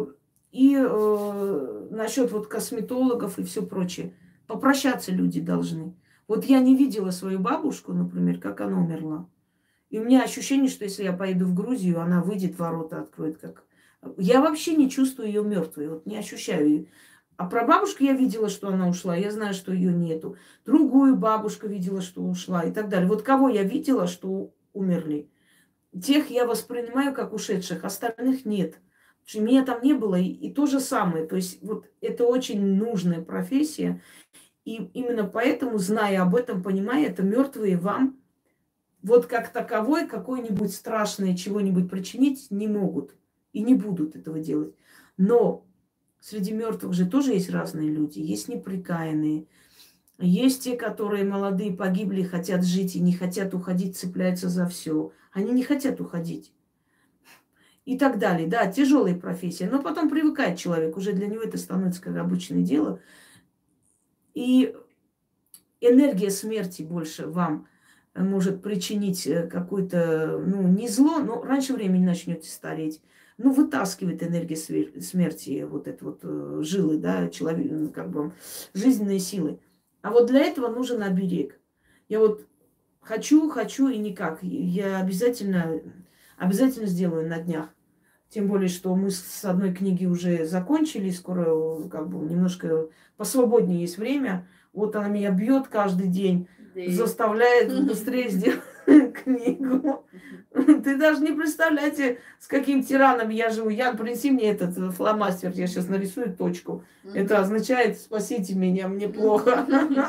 S1: насчет вот косметологов и все прочее. Попрощаться люди должны. Вот я не видела свою бабушку, например, как она умерла. И у меня ощущение, что если я поеду в Грузию, она выйдет, ворота откроет. Как... Я вообще не чувствую ее мертвой, вот не ощущаю ее. А про бабушку я видела, что она ушла. Я знаю, что ее нету. Другую бабушку видела, что ушла и так далее. Вот кого я видела, что умерли, тех я воспринимаю как ушедших, остальных нет. Потому что меня там не было, и то же самое. То есть вот это очень нужная профессия. И именно поэтому, зная об этом, понимая это, мертвые вам вот как таковой какой-нибудь страшное чего-нибудь причинить не могут. И не будут этого делать. Но среди мертвых же тоже есть разные люди. Есть неприкаянные. Есть те, которые молодые, погибли, хотят жить и не хотят уходить, цепляются за все. Они не хотят уходить. И так далее. Да, тяжелая профессия. Но потом привыкает человек. Уже для него это становится как обычное дело. И энергия смерти больше вам может причинить какое-то, ну, не зло, но раньше времени начнете стареть. Ну, вытаскивает энергия смерти, вот это вот жилы, да, человек, как бы жизненные силы. А вот для этого нужен оберег. Я вот хочу и никак. Я обязательно сделаю на днях. Тем более, что мы с одной книги уже закончили, скоро как бы немножко посвободнее есть время. Вот она меня бьет каждый день, заставляет быстрее сделать книгу. Ты даже не представляете, с каким тираном я живу. Я, принеси мне этот фломастер, я сейчас нарисую точку. Это означает, спасите меня, мне плохо.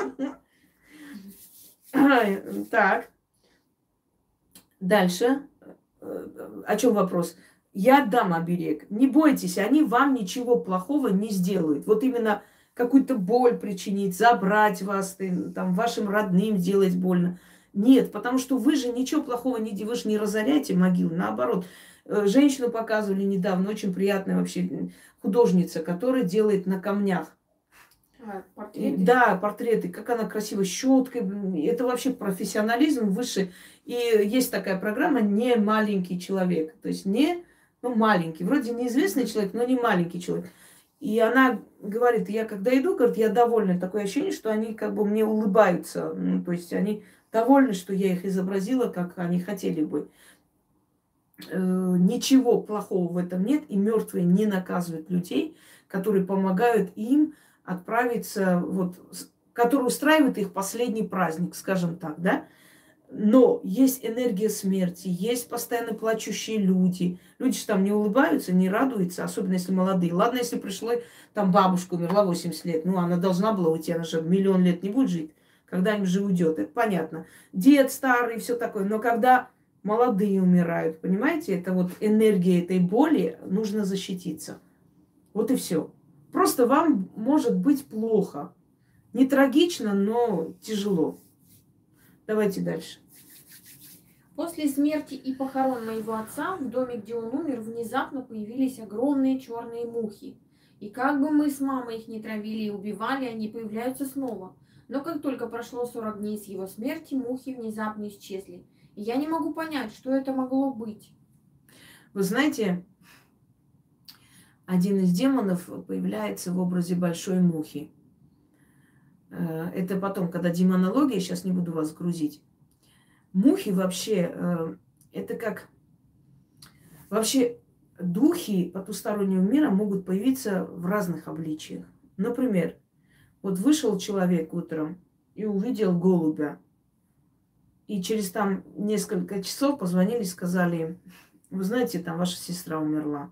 S1: Так. Дальше. О чем вопрос? Я дам оберег. Не бойтесь, они вам ничего плохого не сделают. Вот именно какую-то боль причинить, забрать вас, там, вашим родным сделать больно. Нет, потому что вы же ничего плохого не делаете, вы же не разоряете могилу, наоборот. Женщину показывали недавно, очень приятная вообще художница, которая делает на камнях.
S2: Портреты?
S1: Да, портреты, как она красиво, щеткой. Это вообще профессионализм выше. И есть такая программа «Не маленький человек». То есть не, ну, маленький. Вроде неизвестный человек, но не маленький человек. И она говорит, я когда иду, говорит, я довольна. Такое ощущение, что они как бы мне улыбаются. Ну, то есть они довольны, что я их изобразила, как они хотели бы. Ничего плохого в этом нет. И мертвые не наказывают людей, которые помогают им отправиться, вот, который устраивает их последний праздник, скажем так, да. Но есть энергия смерти, есть постоянно плачущие люди. Люди же там не улыбаются, не радуются, особенно если молодые. Ладно, если пришло, там бабушка умерла 80 лет, ну она должна была уйти, она же миллион лет не будет жить, когда-нибудь же уйдет, это понятно. Дед старый, все такое, но когда молодые умирают, понимаете, это вот энергия этой боли, нужно защититься. Вот и все. Просто вам может быть плохо. Не трагично, но тяжело. Давайте дальше.
S2: После смерти и похорон моего отца в доме, где он умер, внезапно появились огромные черные мухи. И как бы мы с мамой их не травили и убивали, они появляются снова. Но как только прошло 40 дней с его смерти, мухи внезапно исчезли. И я не могу понять, что это могло быть.
S1: Вы знаете, один из демонов появляется в образе большой мухи. Это потом, когда демонология, сейчас не буду вас грузить. Мухи вообще, это как... Вообще духи потустороннего мира могут появиться в разных обличиях. Например, вот вышел человек утром и увидел голубя. И через там несколько часов позвонили и сказали: вы знаете, там ваша сестра умерла.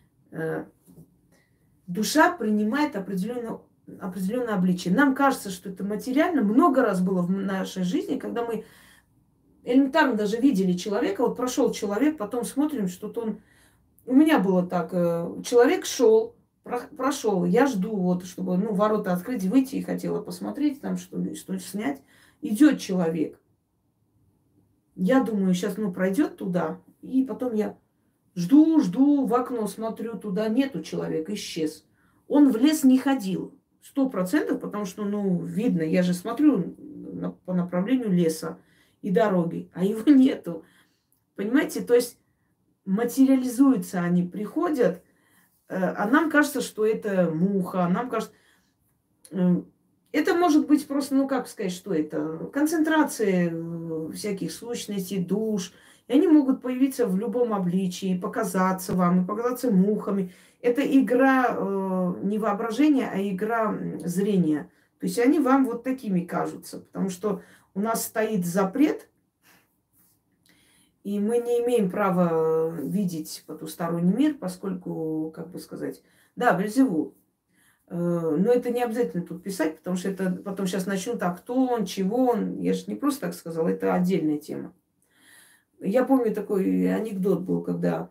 S1: Душа принимает определенное обличие. Нам кажется, что это материально. Много раз было в нашей жизни, когда мы элементарно даже видели человека. Вот прошел человек, потом смотрим, что-то он... У меня было так. Человек шел, прошел. Я жду, вот, чтобы ворота открыть, выйти, и хотела посмотреть, там что снять. Идет человек. Я думаю, сейчас пройдет туда. И потом я жду, в окно смотрю, туда нету человека, исчез. Он в лес не ходил. 100%, потому что, видно, я же смотрю по направлению леса и дороги, а его нету. Понимаете, то есть материализуются они, приходят, а нам кажется, что это муха, нам кажется... Это может быть просто, как сказать, что это? Концентрация всяких сущностей, душ. И они могут появиться в любом обличии, показаться вам, и показаться мухами. Это игра не воображения, а игра зрения. То есть они вам вот такими кажутся. Потому что у нас стоит запрет, и мы не имеем права видеть потусторонний мир, поскольку, как бы сказать, да, Вельзевул. Но это не обязательно тут писать, потому что это потом сейчас начнут, а кто он, чего он. Я же не просто так сказала, это отдельная тема. Я помню, такой анекдот был, когда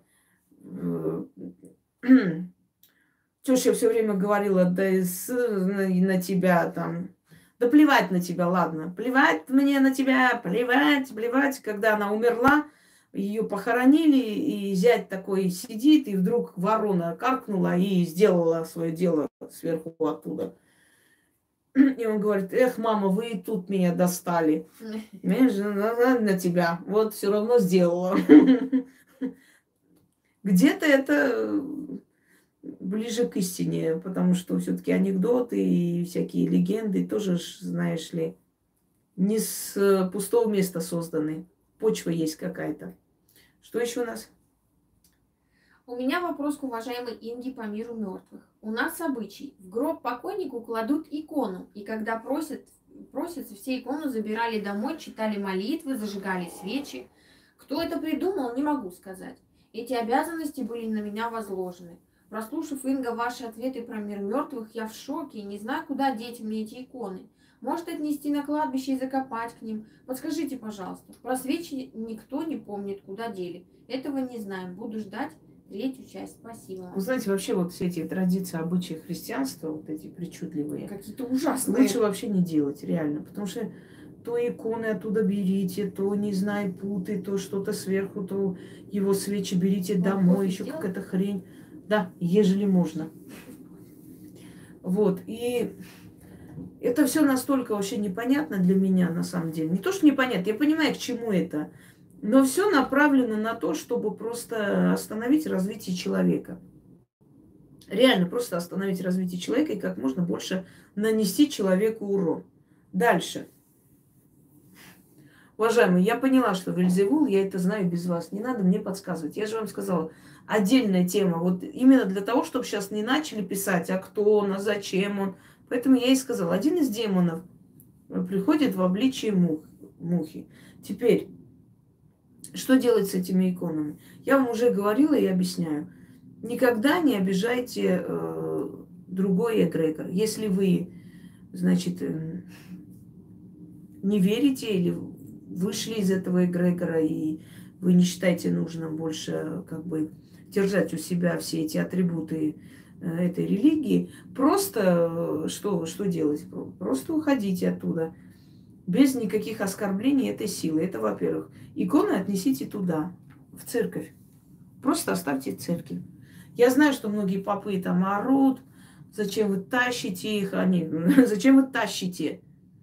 S1: теща все время говорила: да на тебя там, да плевать на тебя, ладно, плевать мне на тебя, плевать. Когда она умерла, ее похоронили, и зять такой сидит, и вдруг ворона каркнула и сделала свое дело сверху оттуда. И он говорит: эх, мама, вы и тут меня достали. На тебя. Вот все равно сделала. Где-то это ближе к истине, потому что все-таки анекдоты и всякие легенды тоже, знаешь ли, не с пустого места созданы. Почва есть какая-то. Что еще у нас?
S2: У меня вопрос к уважаемой Инге по миру мертвых. У нас обычай. В гроб покойнику кладут икону. И когда просятся, все икону забирали домой, читали молитвы, зажигали свечи. Кто это придумал, не могу сказать. Эти обязанности были на меня возложены. Прослушав, Инга, ваши ответы про мир мертвых, я в шоке и не знаю, куда деть мне эти иконы. Может, отнести на кладбище и закопать к ним? Подскажите, пожалуйста. Про свечи никто не помнит, куда дели. Этого не знаем. Буду ждать третью часть. Спасибо.
S1: Вы знаете, вообще вот все эти традиции, обычаи христианства, вот эти причудливые,
S2: какие-то ужасные.
S1: лучше вообще не делать, реально. Потому что то иконы оттуда берите, то, не знаю, путы, то что-то сверху, то его свечи берите домой, еще какая-то хрень. Да, ежели можно. Вот, и это все настолько вообще непонятно для меня, на самом деле. Не то, что непонятно, я понимаю, к чему это. Но все направлено на то, чтобы просто остановить развитие человека. Реально просто остановить развитие человека и как можно больше нанести человеку урон. Дальше. Уважаемые, я поняла, что Вельзевул, я это знаю без вас. Не надо мне подсказывать. Я же вам сказала, отдельная тема. Вот именно для того, чтобы сейчас не начали писать, а кто он, а зачем он. Поэтому я и сказала, один из демонов приходит в обличие мухи. Теперь, что делать с этими иконами? Я вам уже говорила и объясняю. Никогда не обижайте другой эгрегор. Если вы, значит, не верите или вышли из этого эгрегора, и вы не считаете нужным больше держать у себя все эти атрибуты этой религии, просто что делать? Просто уходите оттуда. Без никаких оскорблений этой силы. Это, во-первых. Иконы отнесите туда, в церковь. Просто оставьте церковь. Я знаю, что многие попы там орут, Зачем вы тащите их? Они, зачем вы тащите?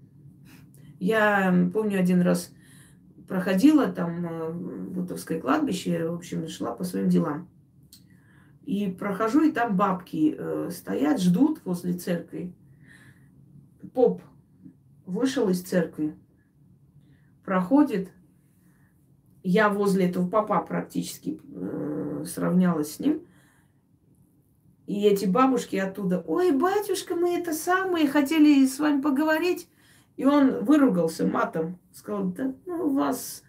S1: Я помню, один раз проходила там Бутовское кладбище, в общем, шла по своим делам. И прохожу, и там бабки стоят, ждут возле церкви. Поп вышел из церкви, проходит. Я возле этого попа практически сравнялась с ним. И эти бабушки оттуда: ой, батюшка, мы это самое, хотели с вами поговорить. И он выругался матом. Сказал: да ну у вас...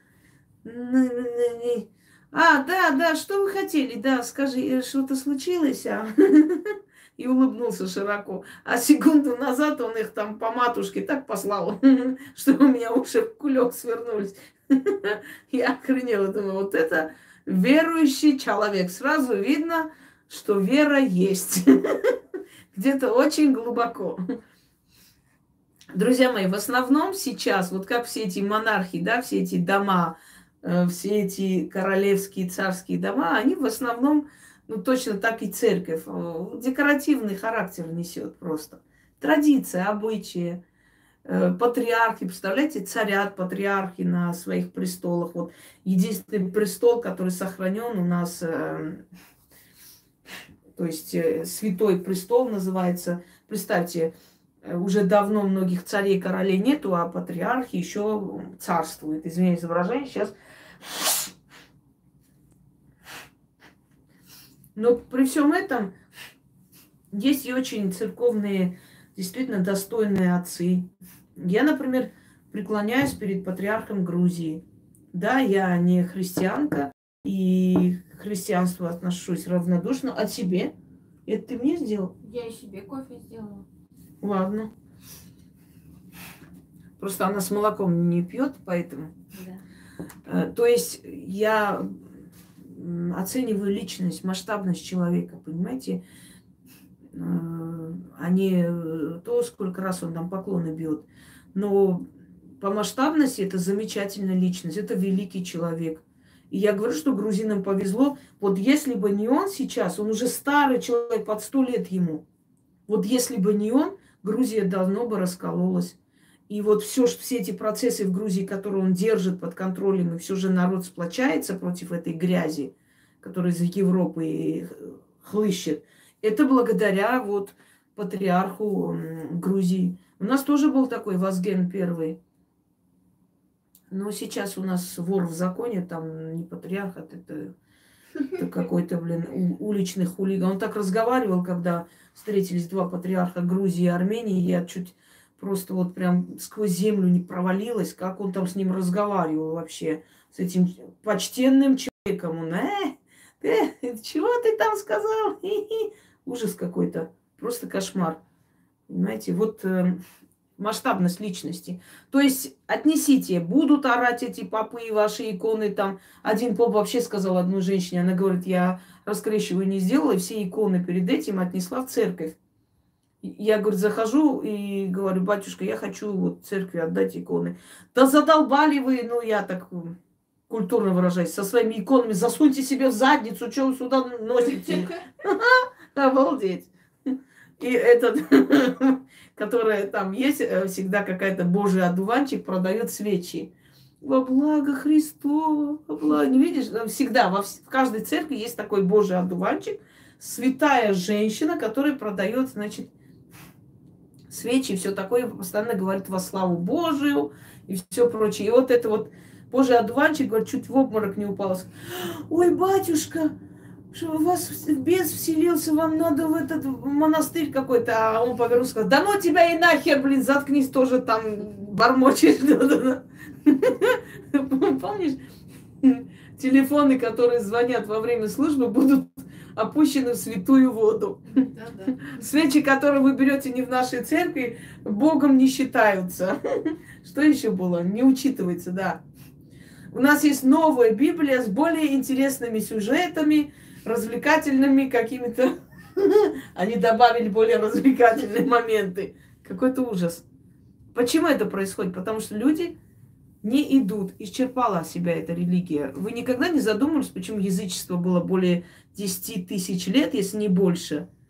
S1: А, да, что вы хотели? Да, скажи, что-то случилось? И улыбнулся широко. А секунду назад он их там по матушке так послал, что у меня уши в кулек свернулись. Я охренела, думаю, вот это верующий человек. Сразу видно, что вера есть. Где-то очень глубоко. Друзья мои, в основном сейчас, вот как все эти монархи, да, все эти дома, все эти королевские, царские дома, они в основном, ну точно так и церковь, декоративный характер несет просто. Традиция, обычаи, патриархи, представляете, царят патриархи на своих престолах. Вот единственный престол, который сохранен у нас, то есть святой престол называется. Представьте, уже давно многих царей, королей нету, а патриархи еще царствуют. Извиняюсь за выражение, сейчас. Но при всем этом есть и очень церковные, действительно достойные отцы. Я, например, преклоняюсь перед патриархом Грузии. Да, я не христианка, и к христианству отношусь равнодушно. А тебе? Это ты мне сделал?
S2: Я и себе кофе сделала.
S1: Ладно. Просто она с молоком не пьет, поэтому.
S2: Да.
S1: То есть я оцениваю личность, масштабность человека, понимаете? А не то, сколько раз он там поклоны бьет. Но по масштабности это замечательная личность, это великий человек. И я говорю, что грузинам повезло. Вот если бы не он сейчас, он уже старый человек, под 100 лет ему. Вот если бы не он, Грузия давно бы раскололась. И вот все эти процессы в Грузии, которые он держит под контролем, и все же народ сплочается против этой грязи, которая из Европы хлыщет, это благодаря вот патриарху Грузии. У нас тоже был такой Вазген I. Но сейчас у нас вор в законе, там не патриарх, это какой-то, уличный хулиган. Он так разговаривал, когда встретились два патриарха Грузии и Армении. Я чуть просто вот прям сквозь землю не провалилась, как он там с ним разговаривал вообще, с этим почтенным человеком. Он: чего ты там сказал? Ужас какой-то, просто кошмар. Понимаете, вот масштабность личности. То есть отнесите, будут орать эти попы и ваши иконы там. Один поп вообще сказал одной женщине, она говорит: я раскрещиваю не сделала, и все иконы перед этим отнесла в церковь. Я, говорит, захожу и говорю: батюшка, я хочу вот церкви отдать иконы. Да задолбали вы, ну я так культурно выражаюсь, со своими иконами, засуньте себе в задницу, что вы сюда носите? Обалдеть. И этот, которая там есть, всегда какая-то божий одуванчик, продает свечи. Во благо Христова, во благо. Не видишь, всегда в каждой церкви есть такой божий одуванчик, святая женщина, которая продает, значит, свечи и все такое, постоянно говорит во славу Божию и все прочее. И вот это вот божий одуванчик, говорит, чуть в обморок не упал. Ой, батюшка, что у вас бес вселился, вам надо в этот монастырь какой-то. А он повернулся, сказал: да ну тебя и нахер, блин, заткнись, тоже там бормочешь. Помнишь, телефоны, которые звонят во время службы, будут опущены в святую воду.
S2: Да.
S1: Свечи, которые вы берете не в нашей церкви, Богом не считаются. Что еще было? Не учитывается, да. У нас есть новая Библия с более интересными сюжетами, развлекательными какими-то. Они добавили более развлекательные моменты. Какой-то ужас. Почему это происходит? Потому что люди не идут. Исчерпала себя эта религия. Вы никогда не задумывались, почему язычество было более 10 тысяч лет, если не больше?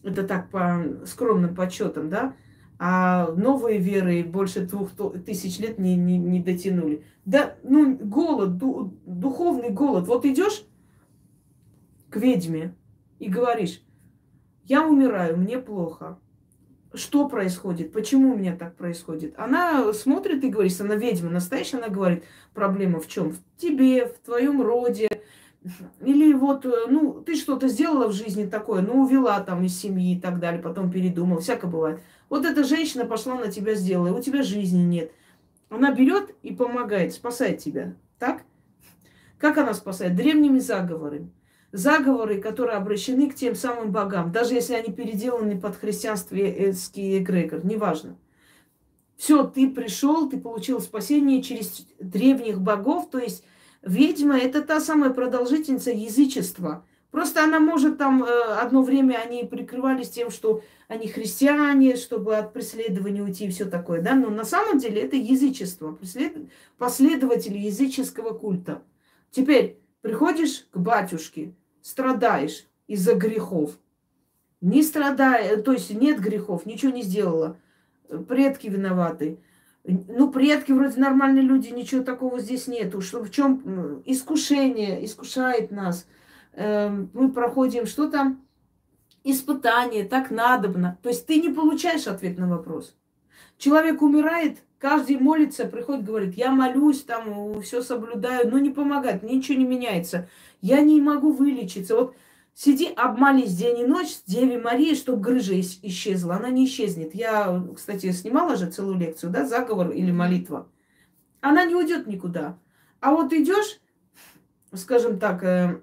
S1: Это так по скромным подсчетам, да? А новые веры больше 2000 лет не дотянули. Да, ну, голод, духовный голод. Вот идешь к ведьме и говоришь, я умираю, мне плохо. Что происходит? Почему у меня так происходит? Она смотрит и говорит, она ведьма настоящая, она говорит, проблема в чем? В тебе, в твоем роде. Или вот, ну, ты что-то сделала в жизни такое, ну, увела там из семьи и так далее, потом передумала, всякое бывает. Вот эта женщина пошла на тебя сделала, и у тебя жизни нет. Она берет и помогает, спасает тебя. Так? Как она спасает? Древними заговорами. Заговоры, которые обращены к тем самым богам, даже если они переделаны под христианский эгрегор, неважно. Все, ты пришел, ты получил спасение через древних богов, то есть ведьма это та самая продолжительница язычества. Просто она может там одно время они прикрывались тем, что они христиане, чтобы от преследования уйти и все такое, да, но на самом деле это язычество, последователи языческого культа. Теперь приходишь к батюшке, страдаешь из-за грехов. Не страдай, то есть нет грехов, ничего не сделала. Предки виноваты. Ну, предки вроде нормальные люди, ничего такого здесь нету. Что, в чем искушение, искушает нас. Мы проходим, что там? Испытание, так надобно. То есть ты не получаешь ответ на вопрос. Человек умирает, каждый молится, приходит, говорит, я молюсь, там, все соблюдаю, но не помогает, ничего не меняется. Я не могу вылечиться. Вот сиди, обмолись день и ночь с Деве Марии, чтобы грыжа исчезла. Она не исчезнет. Я, кстати, снимала же целую лекцию, да, заговор или молитва. Она не уйдет никуда. А вот идешь, скажем так,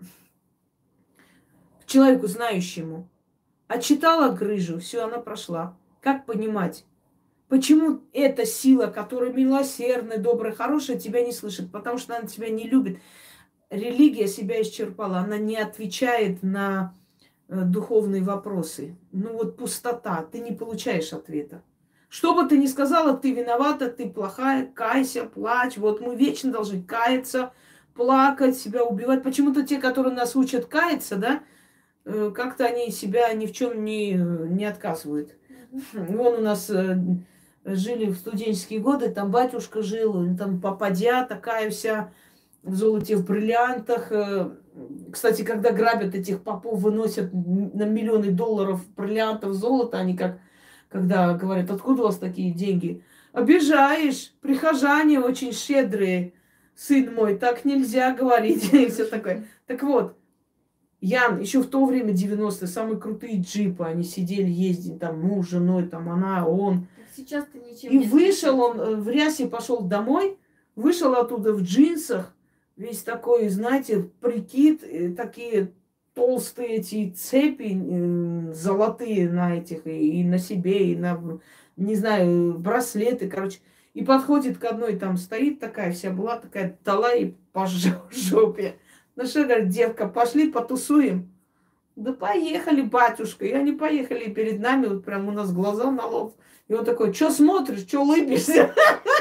S1: к человеку знающему, отчитала грыжу, все, она прошла. Как понимать? Почему эта сила, которая милосердная, добрая, хорошая, тебя не слышит? Потому что она тебя не любит. Религия себя исчерпала, она не отвечает на духовные вопросы. Ну вот пустота, ты не получаешь ответа. Что бы ты ни сказала, ты виновата, ты плохая, кайся, плачь. Вот мы вечно должны каяться, плакать, себя убивать. Почему-то те, которые нас учат каяться, да, как-то они себя ни в чем не отказывают. Вон у нас жили в студенческие годы, там батюшка жил, там попадья такая вся в золоте, в бриллиантах. Кстати, когда грабят этих попов, выносят на миллионы долларов бриллиантов, золота, они как, когда говорят, откуда у вас такие деньги? Обижаешь, прихожане очень щедрые, сын мой, так нельзя говорить, и все такое. Так вот, Ян, еще в то время, 90-е, самые крутые джипы, они сидели, ездили, там, муж, женой, там, она, он.
S2: Сейчас-то ничем
S1: И
S2: не
S1: вышел
S2: отличается.
S1: он, в рясе пошел домой, вышел оттуда в джинсах, весь такой, знаете, прикид, такие толстые эти цепи золотые на этих, и на себе, и на, не знаю, браслеты, короче. И подходит к одной, там стоит такая вся, была такая, дала и по жопе. Ну что, говорит, девка, пошли потусуем. Да поехали, батюшка. И они поехали перед нами, вот прям у нас глаза на лоб. И он такой, что смотришь, что улыбишься?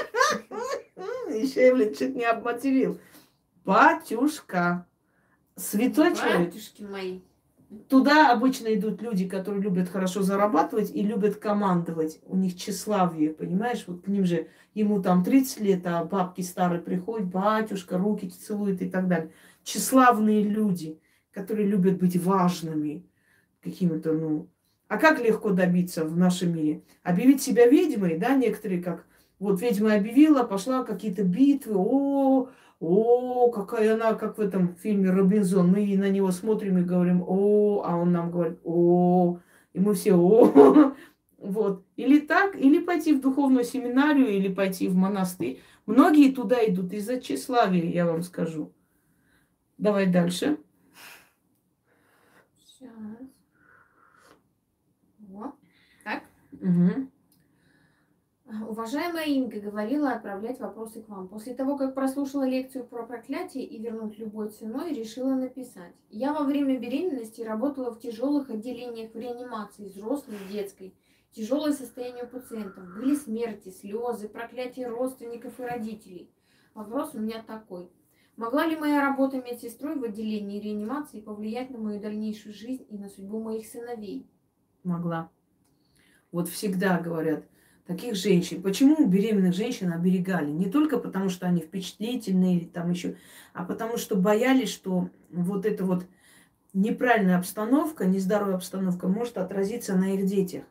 S1: Еще я, блин, чуть не обматерил. Батюшка. Святой человек.
S2: Батюшки мои.
S1: Туда обычно идут люди, которые любят хорошо зарабатывать и любят командовать. У них тщеславие, понимаешь? Вот к ним же, ему там 30 лет, а бабки старые приходят, батюшка, руки целуют и так далее. Тщеславные люди, которые любят быть важными какими-то, ну... А как легко добиться в нашем мире? Объявить себя ведьмой, да, некоторые как... Вот ведьма объявила, пошла какие-то битвы, какая она, как в этом фильме «Робинзон». Мы на него смотрим и говорим а он нам говорит и мы все Вот. Или так, или пойти в духовную семинарию, или пойти в монастырь. Многие туда идут из-за тщеславия, я вам скажу. Давай дальше.
S2: Сейчас. Вот. Так.
S1: Угу.
S2: Уважаемая Инга говорила отправлять вопросы к вам. После того, как прослушала лекцию про проклятие и вернуть любой ценой, решила написать. Я во время беременности работала в тяжелых отделениях в реанимации, взрослой и детской. Тяжелое состояние у пациентов. Были смерти, слезы, проклятие родственников и родителей. Вопрос у меня такой. Могла ли моя работа медсестрой в отделении реанимации повлиять на мою дальнейшую жизнь и на судьбу моих сыновей?
S1: Могла. Вот всегда говорят, таких женщин. Почему беременных женщин оберегали? Не только потому, что они впечатлительные или там еще, а потому что боялись, что вот эта вот неправильная обстановка, нездоровая обстановка может отразиться на их детях.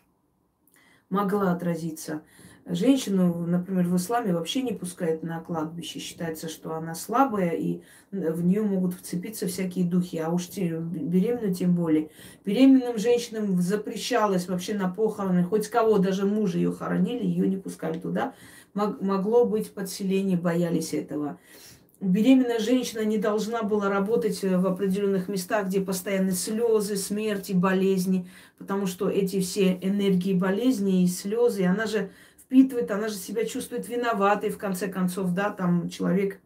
S1: Могла отразиться. Женщину, например, в исламе вообще не пускают на кладбище. Считается, что она слабая, и в нее могут вцепиться всякие духи. А уж беременную тем более. Беременным женщинам запрещалось вообще на похороны. Хоть кого, даже мужа ее хоронили, ее не пускали туда. Могло быть подселение, боялись этого. Беременная женщина не должна была работать в определенных местах, где постоянно слезы, смерти, болезни, потому что эти все энергии болезни и слезы, она же впитывает, она же себя чувствует виноватой, в конце концов, да, там человек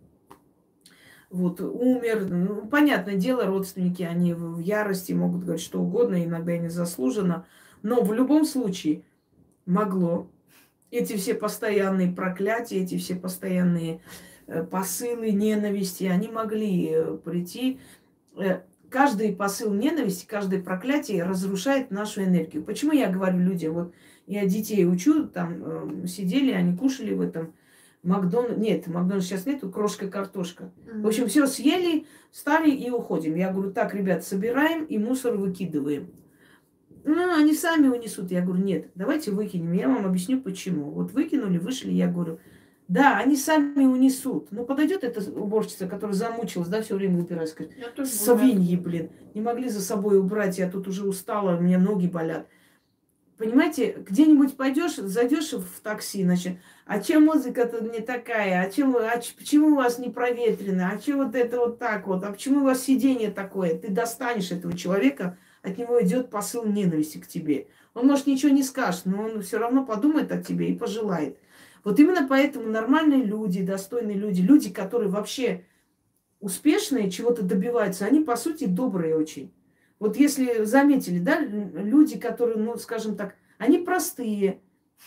S1: вот умер. Ну, понятное дело, родственники, они в ярости могут говорить что угодно, иногда и незаслуженно, но в любом случае могло. Эти все постоянные проклятия, эти все постоянные посылы ненависти, они могли прийти. Каждый посыл ненависти, каждое проклятие разрушает нашу энергию. Почему я говорю людям, вот я детей учу, там сидели, они кушали в этом нет, Макдональдс сейчас нету, крошка-картошка. В общем, все съели, встали и уходим. Я говорю, так, ребят, собираем и мусор выкидываем. Ну, они сами унесут. Я говорю, нет, давайте выкинем. Я вам объясню, почему. Вот выкинули, вышли, я говорю, да, они сами унесут. Но подойдет эта уборщица, которая замучилась, да, все время убирать, скажет, свиньи, блин, не могли за собой убрать, я тут уже устала, у меня ноги болят. Понимаете, где-нибудь пойдешь, зайдешь в такси, значит, а чем музыка-то не такая, почему у вас не проветрено, а чем вот это вот так вот, а почему у вас сиденье такое? Ты достанешь этого человека, от него идет посыл ненависти к тебе. Он, может, ничего не скажет, но он все равно подумает о тебе и пожелает. Вот именно поэтому нормальные люди, достойные люди, люди, которые вообще успешные, чего-то добиваются, они, по сути, добрые очень. Вот если заметили, да, люди, которые, ну, скажем так, они простые,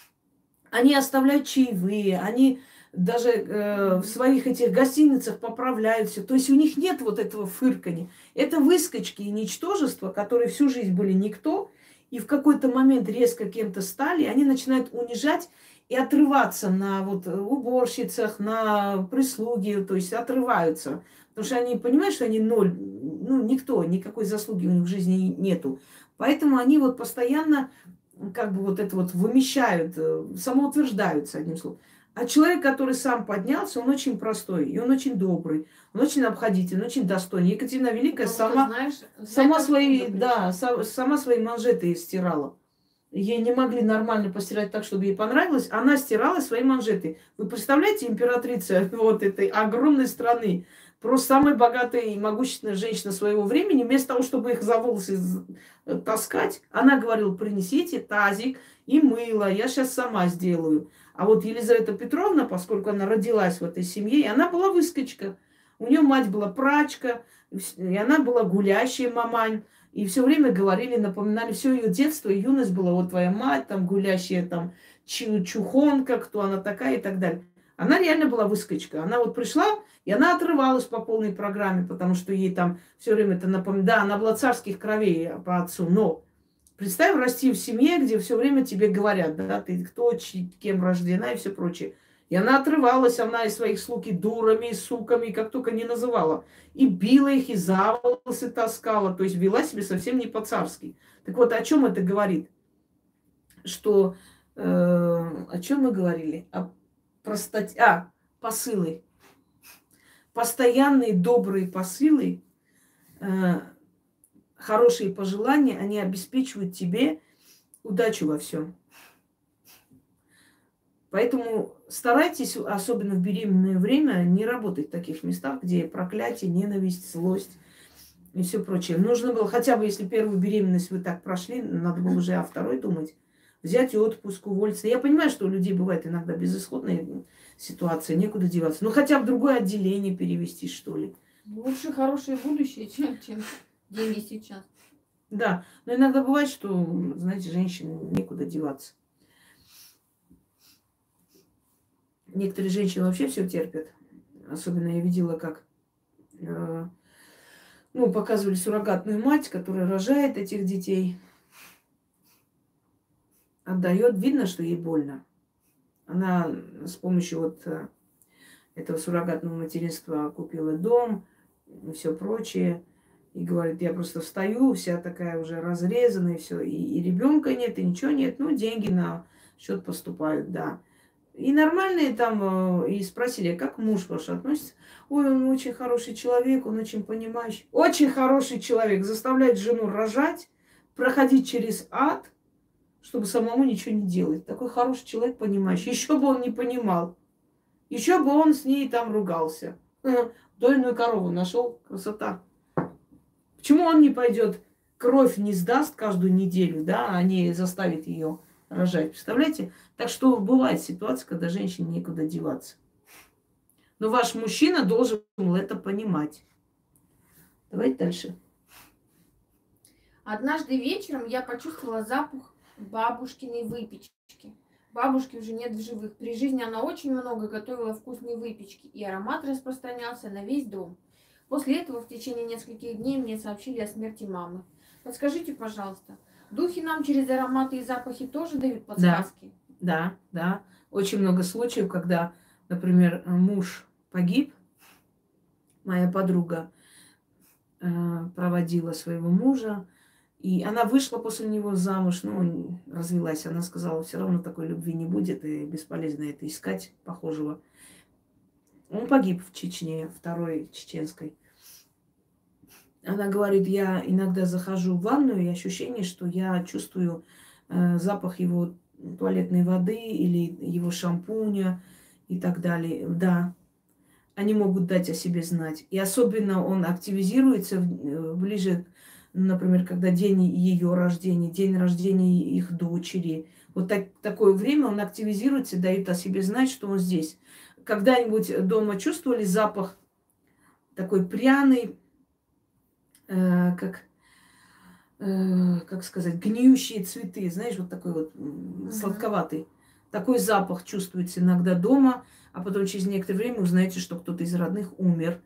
S1: они оставляют чаевые, они даже в своих этих гостиницах поправляют все. То есть у них нет вот этого фырканья. Это выскочки и ничтожества, которые всю жизнь были никто, и в какой-то момент резко кем-то стали, они начинают унижать и отрываться на вот уборщицах, на прислуге, то есть отрываются. Потому что они понимают, что они ноль, ну, никто, никакой заслуги у них в жизни нету. Поэтому они вот постоянно как бы вот это вот вымещают, самоутверждаются, одним словом. А человек, который сам поднялся, он очень простой, и он очень добрый, он очень обходительный, очень достойный. Екатерина Великая сама свои манжеты стирала. Ей не могли нормально постирать так, чтобы ей понравилось. Она стирала свои манжеты. Вы представляете, императрица вот этой огромной страны, просто самая богатая и могущественная женщина своего времени, вместо того, чтобы их за волосы таскать, она говорила, принесите тазик и мыло, я сейчас сама сделаю. А вот Елизавета Петровна, поскольку она родилась в этой семье, она была выскочка. У нее мать была прачка, и она была гулящая мамань. И все время говорили, напоминали, все ее детство и юность была, вот твоя мать, там гулящая, там чухонка, кто она такая и так далее. Она реально была выскочка. Она вот пришла, и она отрывалась по полной программе, потому что ей там все время это напоминало. Да, она была царских кровей по отцу, но представь расти в семье, где все время тебе говорят, да, ты кто, кем рождена и все прочее. И она отрывалась, она из своих слуг и дурами, и суками, как только не называла. И била их, и за волосы таскала. То есть вела себя совсем не по-царски. Так вот, о чем это говорит? Что, о чем мы говорили? О простоте, посылы. Постоянные добрые посылы, хорошие пожелания, они обеспечивают тебе удачу во всем. Поэтому старайтесь, особенно в беременное время, не работать в таких местах, где проклятие, ненависть, злость и все прочее. Нужно было, хотя бы если первую беременность вы так прошли, надо было уже о второй думать. Взять отпуск, уволиться. Я понимаю, что у людей бывает иногда безысходная ситуация, некуда деваться. Но хотя бы в другое отделение перевести, что ли.
S2: Лучше хорошее будущее, чем деньги сейчас.
S1: Да, но иногда бывает, что, знаете, женщине некуда деваться. Некоторые женщины вообще все терпят. Особенно я видела, как показывали суррогатную мать, которая рожает этих детей. отдает, видно, что ей больно. Она с помощью вот этого суррогатного материнства купила дом и все прочее. И говорит, я просто встаю, вся такая уже разрезанная, и все. И ребенка нет, и ничего нет. Ну, деньги на счет поступают, да. И нормальные там, и спросили, как муж ваш относится? Ой, он очень хороший человек, он очень понимающий. Очень хороший человек. Заставляет жену рожать, проходить через ад, чтобы самому ничего не делать. Такой хороший человек, понимающий. Еще бы он не понимал. Еще бы он с ней там ругался. Дойную корову нашел. Красота. Почему он не пойдет, кровь не сдаст каждую неделю, да, а не заставит ее рожать? Представляете? Так что бывает ситуация, когда женщине некуда деваться. Но ваш мужчина должен это понимать. Давайте дальше.
S2: Однажды вечером я почувствовала запах бабушкиной выпечки. Бабушки уже нет в живых. При жизни она очень много готовила вкусной выпечки, и аромат распространялся на весь дом. После этого в течение нескольких дней мне сообщили о смерти мамы. Подскажите, пожалуйста, духи нам через ароматы и запахи тоже дают подсказки?
S1: Да, да. Очень много случаев, когда, например, муж погиб, моя подруга проводила своего мужа, и она вышла после него замуж, ну, развелась. Она сказала, все равно такой любви не будет, и бесполезно это искать похожего. Он погиб в Чечне, второй чеченской. Она говорит, я иногда захожу в ванную, и ощущение, что я чувствую запах его туалетной воды или его шампуня и так далее. Да, они могут дать о себе знать. И особенно он активизируется ближе, например, когда день ее рождения, день рождения их дочери. Вот такое время он активизируется, дает о себе знать, что он здесь. Когда-нибудь дома чувствовали запах такой пряный, как сказать, гниющие цветы, знаешь, вот такой вот сладковатый. Такой запах чувствуется иногда дома, а потом через некоторое время узнаете, что кто-то из родных умер.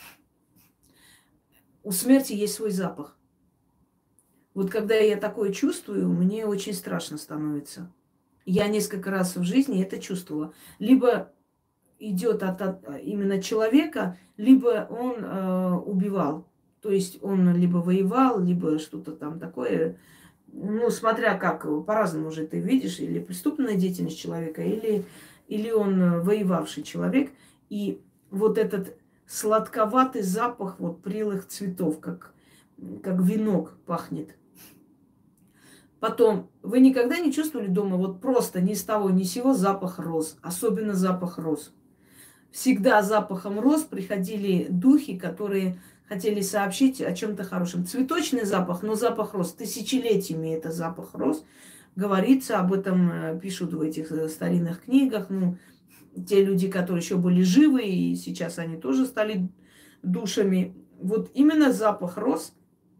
S1: У смерти есть свой запах. Вот когда я такое чувствую, мне очень страшно становится. Я несколько раз в жизни это чувствовала. Либо идет от именно человека, либо он убивал. То есть он либо воевал, либо что-то там такое. Ну, смотря как, по-разному уже ты видишь, или преступная деятельность человека, или он воевавший человек. И вот этот сладковатый запах вот прелых цветов, как венок пахнет. Потом, вы никогда не чувствовали дома вот просто ни с того ни с сего запах роз, особенно запах роз? Всегда запахом роз приходили духи, которые хотели сообщить о чем-то хорошем. Цветочный запах, но запах роз. Тысячелетиями это запах роз. Говорится об этом, пишут в этих старинных книгах. Ну, те люди, которые еще были живы, и сейчас они тоже стали душами. Вот именно запах роз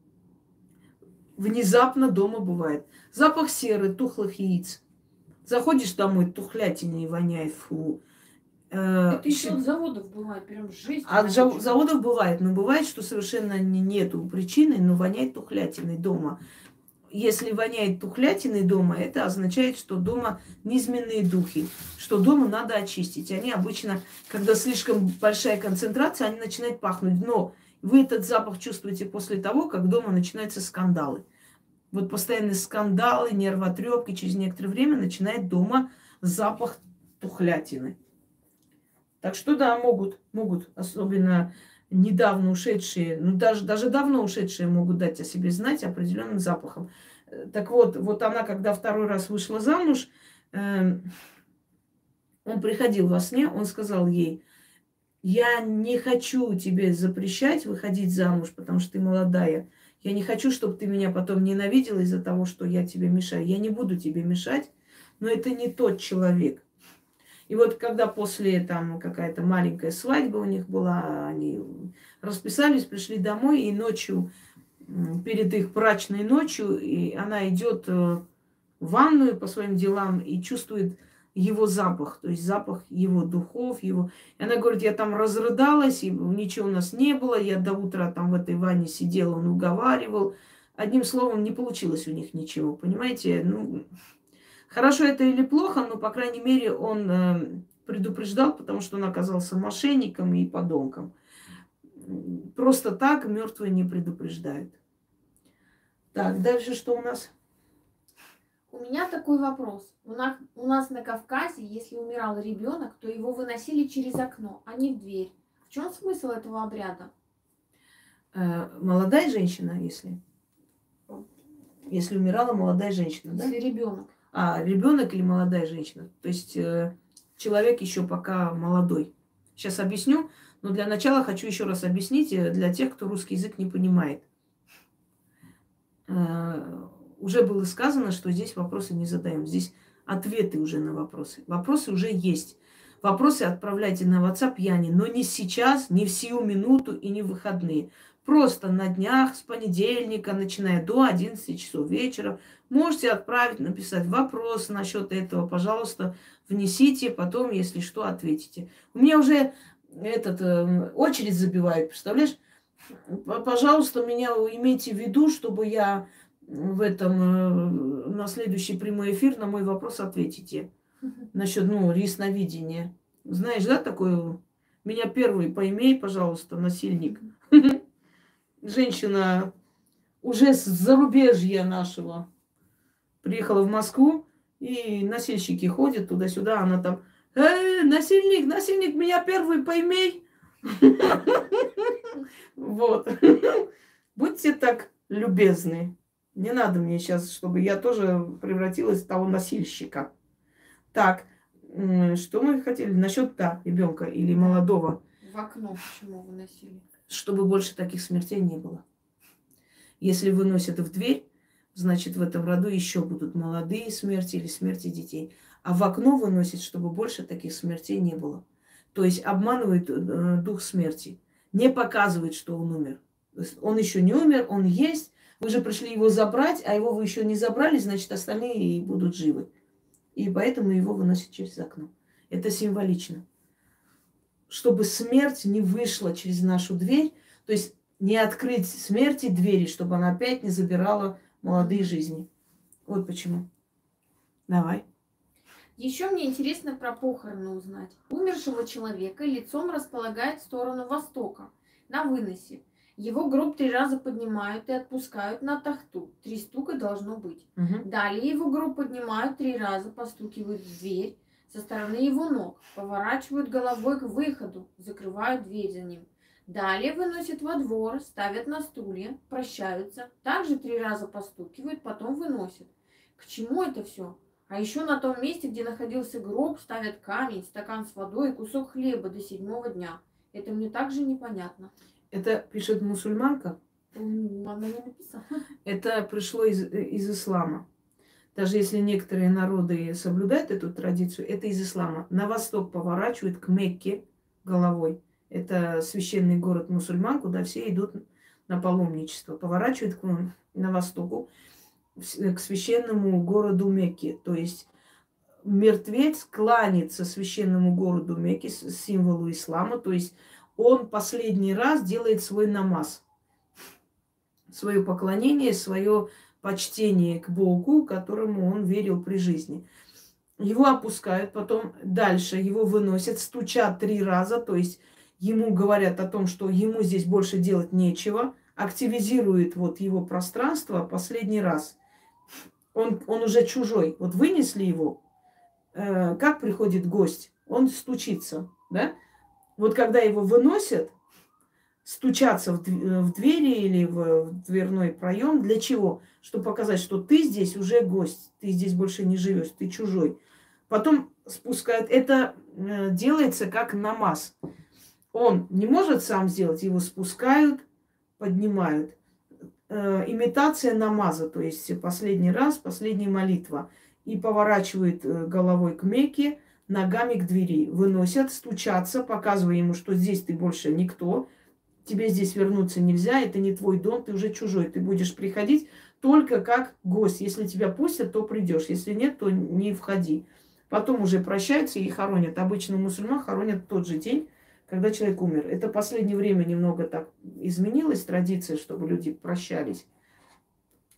S1: внезапно дома бывает. Запах серы, тухлых яиц. Заходишь домой, тухлятиной воняет, фу.
S2: Это еще от заводов бывает, прям жесть.
S1: От заводов бывает, но бывает, что совершенно нету причины, но воняет тухлятиной дома. Если воняет тухлятиной дома, это означает, что дома низменные духи, что дома надо очистить. Они обычно, когда слишком большая концентрация, они начинают пахнуть. Но вы этот запах чувствуете после того, как дома начинаются скандалы. Вот постоянные скандалы, нервотрепки, через некоторое время начинает дома запах тухлятины. Так что да, могут, особенно недавно ушедшие, ну даже давно ушедшие могут дать о себе знать определенным запахом. Так вот она, когда второй раз вышла замуж, он приходил во сне, он сказал ей, я не хочу тебе запрещать выходить замуж, потому что ты молодая. Я не хочу, чтобы ты меня потом ненавидела из-за того, что я тебе мешаю. Я не буду тебе мешать, но это не тот человек. И вот когда после там какая-то маленькая свадьба у них была, они расписались, пришли домой, и ночью, перед их брачной ночью, и она идет в ванную по своим делам и чувствует его запах, то есть запах его духов, его. И она говорит, я там разрыдалась, и ничего у нас не было, я до утра там в этой ванне сидела, он уговаривал. Одним словом, не получилось у них ничего, понимаете? Ну, Хорошо это или плохо, но, по крайней мере, он предупреждал, потому что он оказался мошенником и подонком. Просто так мертвые не предупреждают. Так, дальше что у нас?
S2: У меня такой вопрос. У нас на Кавказе, если умирал ребенок, то его выносили через окно, а не в дверь. В чем смысл этого обряда?
S1: Молодая женщина, если умирала молодая женщина, да?
S2: Если ребенок.
S1: Ребенок или молодая женщина. То есть человек еще пока молодой. Сейчас объясню, но для начала хочу еще раз объяснить для тех, кто русский язык не понимает. Уже было сказано, что здесь вопросы не задаем. Здесь ответы уже на вопросы. Вопросы уже есть. Вопросы отправляйте на WhatsApp Яне, но не сейчас, не в сию минуту и не в выходные. Просто на днях, с понедельника, начиная до 11 часов вечера, можете отправить, написать вопрос насчет этого. Пожалуйста, внесите, потом, если что, ответите. У меня уже очередь забивает, представляешь? Пожалуйста, меня имейте в виду, чтобы я на следующий прямой эфир на мой вопрос ответите. Насчет, ясновидения. Знаешь, да, такое? Меня первый поимей, пожалуйста, насильник. Женщина уже с зарубежья нашего приехала в Москву, и носильщики ходят туда-сюда, она там: насильник, меня первый поймей. Вот. Будьте так любезны. Не надо мне сейчас, чтобы я тоже превратилась в того носильщика. Так, что мы хотели насчет ребенка или молодого?
S2: В окно почему выносили?
S1: Чтобы больше таких смертей не было. Если выносят в дверь, значит, в этом роду еще будут молодые смерти или смерти детей. А в окно выносят, чтобы больше таких смертей не было. То есть обманывает дух смерти. Не показывает, что он умер. Он еще не умер, он есть. Вы же пришли его забрать, а его вы еще не забрали, значит, остальные и будут живы. И поэтому его выносят через окно. Это символично. Чтобы смерть не вышла через нашу дверь, то есть не открыть смерти двери, чтобы она опять не забирала молодые жизни. Вот почему. Давай.
S2: Еще мне интересно про похороны узнать. Умершего человека лицом располагают в сторону востока, на выносе. Его гроб 3 раза поднимают и отпускают на тахту. 3 стука должно быть.
S1: Угу.
S2: Далее его гроб поднимают 3 раза, постукивают в дверь со стороны его ног, поворачивают головой к выходу, закрывают дверь за ним. Далее выносят во двор, ставят на стулья, прощаются, также 3 раза постукивают, потом выносят. К чему это все? А еще на том месте, где находился гроб, ставят камень, стакан с водой и кусок хлеба до 7-го дня. Это мне также непонятно.
S1: Это пишет мусульманка?
S2: Она не написала.
S1: Это пришло из ислама. Даже если некоторые народы соблюдают эту традицию, это из ислама. На восток поворачивают к Мекке головой. Это священный город мусульман, куда все идут на паломничество. Поворачивают на востоку, к священному городу Мекке. То есть мертвец кланяется священному городу Мекке, символу ислама. То есть он последний раз делает свой намаз, свое поклонение, свое почтение к Богу, которому он верил при жизни. Его опускают, потом дальше его выносят, стучат 3 раза, то есть ему говорят о том, что ему здесь больше делать нечего, активизирует его пространство последний раз. Он уже чужой. Вот вынесли его, как приходит гость, он стучится, да? Вот когда его выносят, стучаться в двери или в дверной проем. Для чего? Чтобы показать, что ты здесь уже гость, ты здесь больше не живешь, ты чужой. Потом спускают. Это делается как намаз. Он не может сам сделать, его спускают, поднимают. Имитация намаза, то есть последний раз, последняя молитва. И поворачивают головой к Мекке, ногами к двери. Выносят, стучатся, показывая ему, что здесь ты больше никто. Тебе здесь вернуться нельзя, это не твой дом, ты уже чужой. Ты будешь приходить только как гость. Если тебя пустят, то придешь. Если нет, то не входи. Потом уже прощаются и хоронят. Обычно мусульман хоронят в тот же день, когда человек умер. Это в последнее время немного так изменилась традиция, чтобы люди прощались.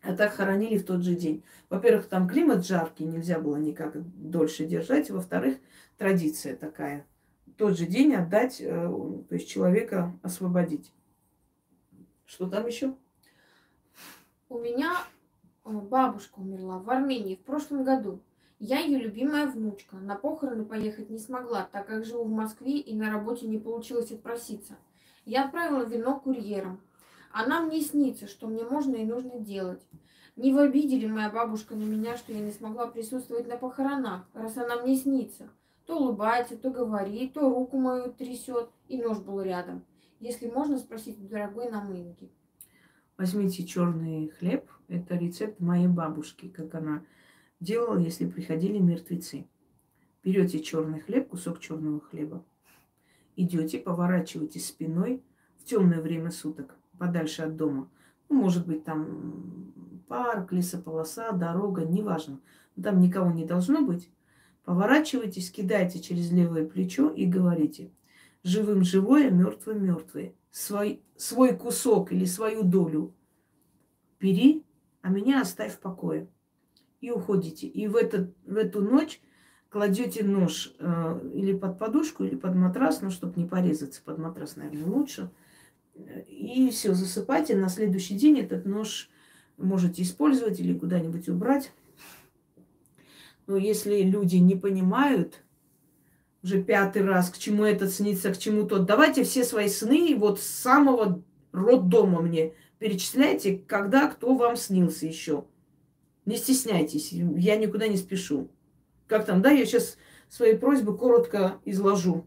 S1: А так хоронили в тот же день. Во-первых, там климат жаркий, нельзя было никак дольше держать. Во-вторых, традиция такая. В тот же день отдать, то есть человека освободить. Что там еще?
S2: У меня бабушка умерла в Армении в прошлом году. Я ее любимая внучка. На похороны поехать не смогла, так как живу в Москве и на работе не получилось отпроситься. Я отправила вино курьером. Она мне снится, что мне можно и нужно делать. Не в обиде ли моя бабушка на меня, что я не смогла присутствовать на похоронах, раз она мне снится? То улыбается, то говорит, то руку мою трясет, и нож был рядом. Если можно спросить у дорогой нам Инги.
S1: Возьмите черный хлеб. Это рецепт моей бабушки, как она делала, если приходили мертвецы. Берете черный хлеб, кусок черного хлеба, идете, поворачиваете спиной в темное время суток, подальше от дома. Ну, может быть, там парк, лесополоса, дорога, неважно. Там никого не должно быть. Поворачивайтесь, кидайте через левое плечо и говорите: живым живое, мертвым мертвое. Свой кусок или свою долю бери, а меня оставь в покое. И уходите. И в эту ночь кладете нож или под подушку, или под матрас, ну, чтобы не порезаться. Под матрас, наверное, лучше. И все, засыпайте. На следующий день этот нож можете использовать или куда-нибудь убрать. Но если люди не понимают уже 5-й раз, к чему этот снится, к чему тот, давайте все свои сны вот с самого роддома мне перечисляйте, когда кто вам снился еще. Не стесняйтесь, я никуда не спешу. Как там, да, я сейчас свои просьбы коротко изложу.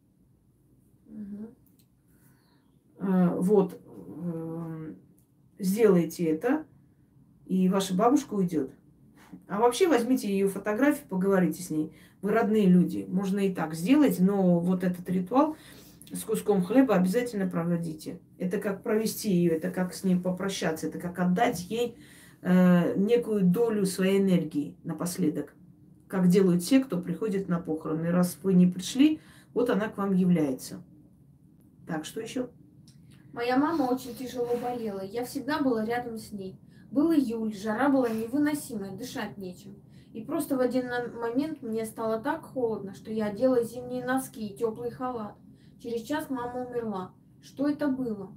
S1: Вот. Сделайте это, и ваша бабушка уйдет. А вообще возьмите ее фотографию, поговорите с ней. Вы родные люди, можно и так сделать, но вот этот ритуал с куском хлеба обязательно проводите. Это как провести ее, это как с ней попрощаться, это как отдать ей некую долю своей энергии напоследок, как делают те, кто приходит на похороны. Раз вы не пришли, вот она к вам является. Так, что еще?
S2: Моя мама очень тяжело болела. Я всегда была рядом с ней. Был июль, жара была невыносимая, дышать нечем. И просто в один момент мне стало так холодно, что я одела зимние носки и теплый халат. Через час мама умерла. Что это было?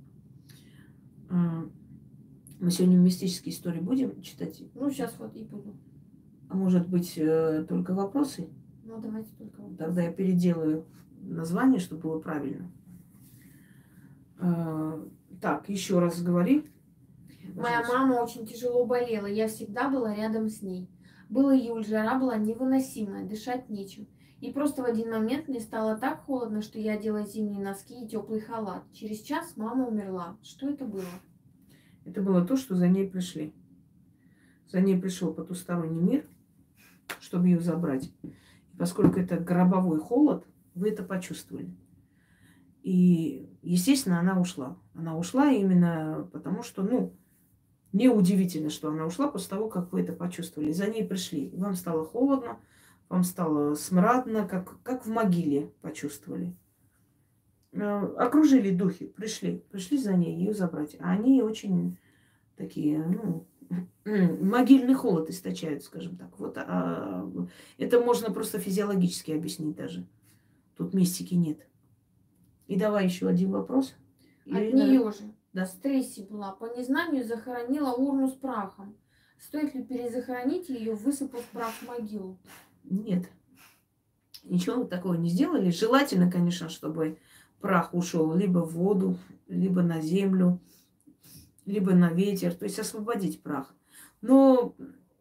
S1: Мы сегодня мистические истории будем читать?
S2: Ну, сейчас вот и буду.
S1: А может быть, только вопросы?
S2: Ну, давайте только вопросы.
S1: Тогда я переделаю название, чтобы было правильно. Так, еще раз говори.
S2: Моя мама очень тяжело болела, я всегда была рядом с ней. Был июль, жара была невыносимая, дышать нечем. И просто в один момент мне стало так холодно, что я одела зимние носки и теплый халат. Через час мама умерла. Что это было?
S1: Это было то, что за ней пришли. За ней пришел потусторонний мир, чтобы ее забрать. И поскольку это гробовой холод, вы это почувствовали. И, естественно, она ушла. Она ушла именно потому, что, неудивительно, что она ушла после того, как вы это почувствовали. За ней пришли. Вам стало холодно, вам стало смрадно, как в могиле почувствовали. Окружили духи, пришли за ней ее забрать. А они очень такие, могильный холод источают, скажем так. Вот это можно просто физиологически объяснить даже. Тут мистики нет. И давай еще один вопрос.
S2: От нее же.
S1: Да.
S2: В стрессе была. По незнанию захоронила урну с прахом. Стоит ли перезахоронить ее, высыпав прах в могилу?
S1: Нет. Ничего такого не сделали. Желательно, конечно, чтобы прах ушел либо в воду, либо на землю, либо на ветер. То есть освободить прах. Но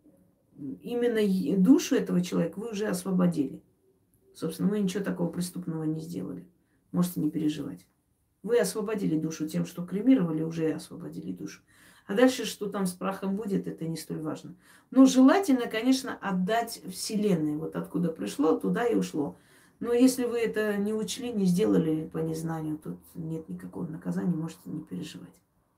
S1: именно душу этого человека вы уже освободили. Собственно, вы ничего такого преступного не сделали. Можете не переживать. Вы освободили душу тем, что кремировали, уже освободили душу. А дальше, что там с прахом будет, это не столь важно. Но желательно, конечно, отдать Вселенной. Вот откуда пришло, туда и ушло. Но если вы это не учли, не сделали по незнанию, тут нет никакого наказания, можете не переживать.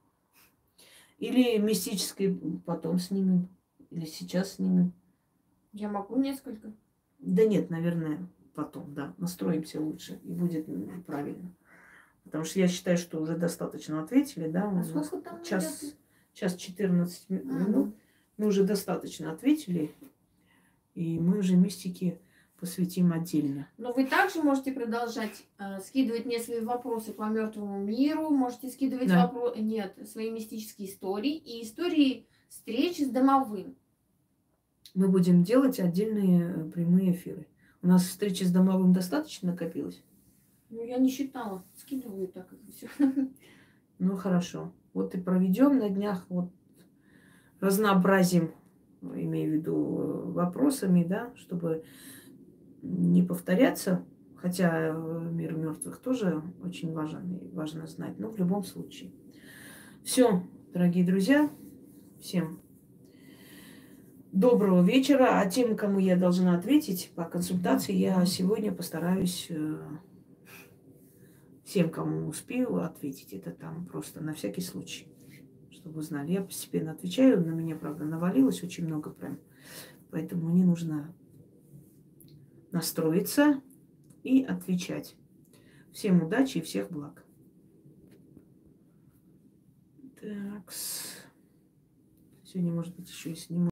S1: Или мистическое потом снимем, или сейчас снимем.
S2: Я могу несколько?
S1: Да нет, наверное, потом, да. Настроимся лучше, и будет правильно. Потому что я считаю, что уже достаточно ответили, да?
S2: А сколько там
S1: час, Сейчас 14 минут. Мы уже достаточно ответили. И мы уже мистике посвятим отдельно.
S2: Но вы также можете продолжать скидывать мне свои вопросы по мертвому миру, можете скидывать свои мистические истории и истории встреч с домовым.
S1: Мы будем делать отдельные прямые эфиры. У нас встречи с домовым достаточно накопилось?
S2: Ну, я не считала. Скидываю так и все.
S1: Ну, хорошо. Вот и проведем на днях, вот разнообразим, имею в виду, вопросами, да, чтобы не повторяться. Хотя мир мертвых тоже очень важен и важно знать. Но в любом случае. Все, дорогие друзья, всем доброго вечера. А тем, кому я должна ответить по консультации, я сегодня постараюсь всем, кому успею, ответить. Это там просто на всякий случай, чтобы вы знали. Я постепенно отвечаю. На меня, правда, навалилось очень много прям. Поэтому мне нужно настроиться и отвечать. Всем удачи и всех благ. Так. Сегодня, может быть, еще и сниму.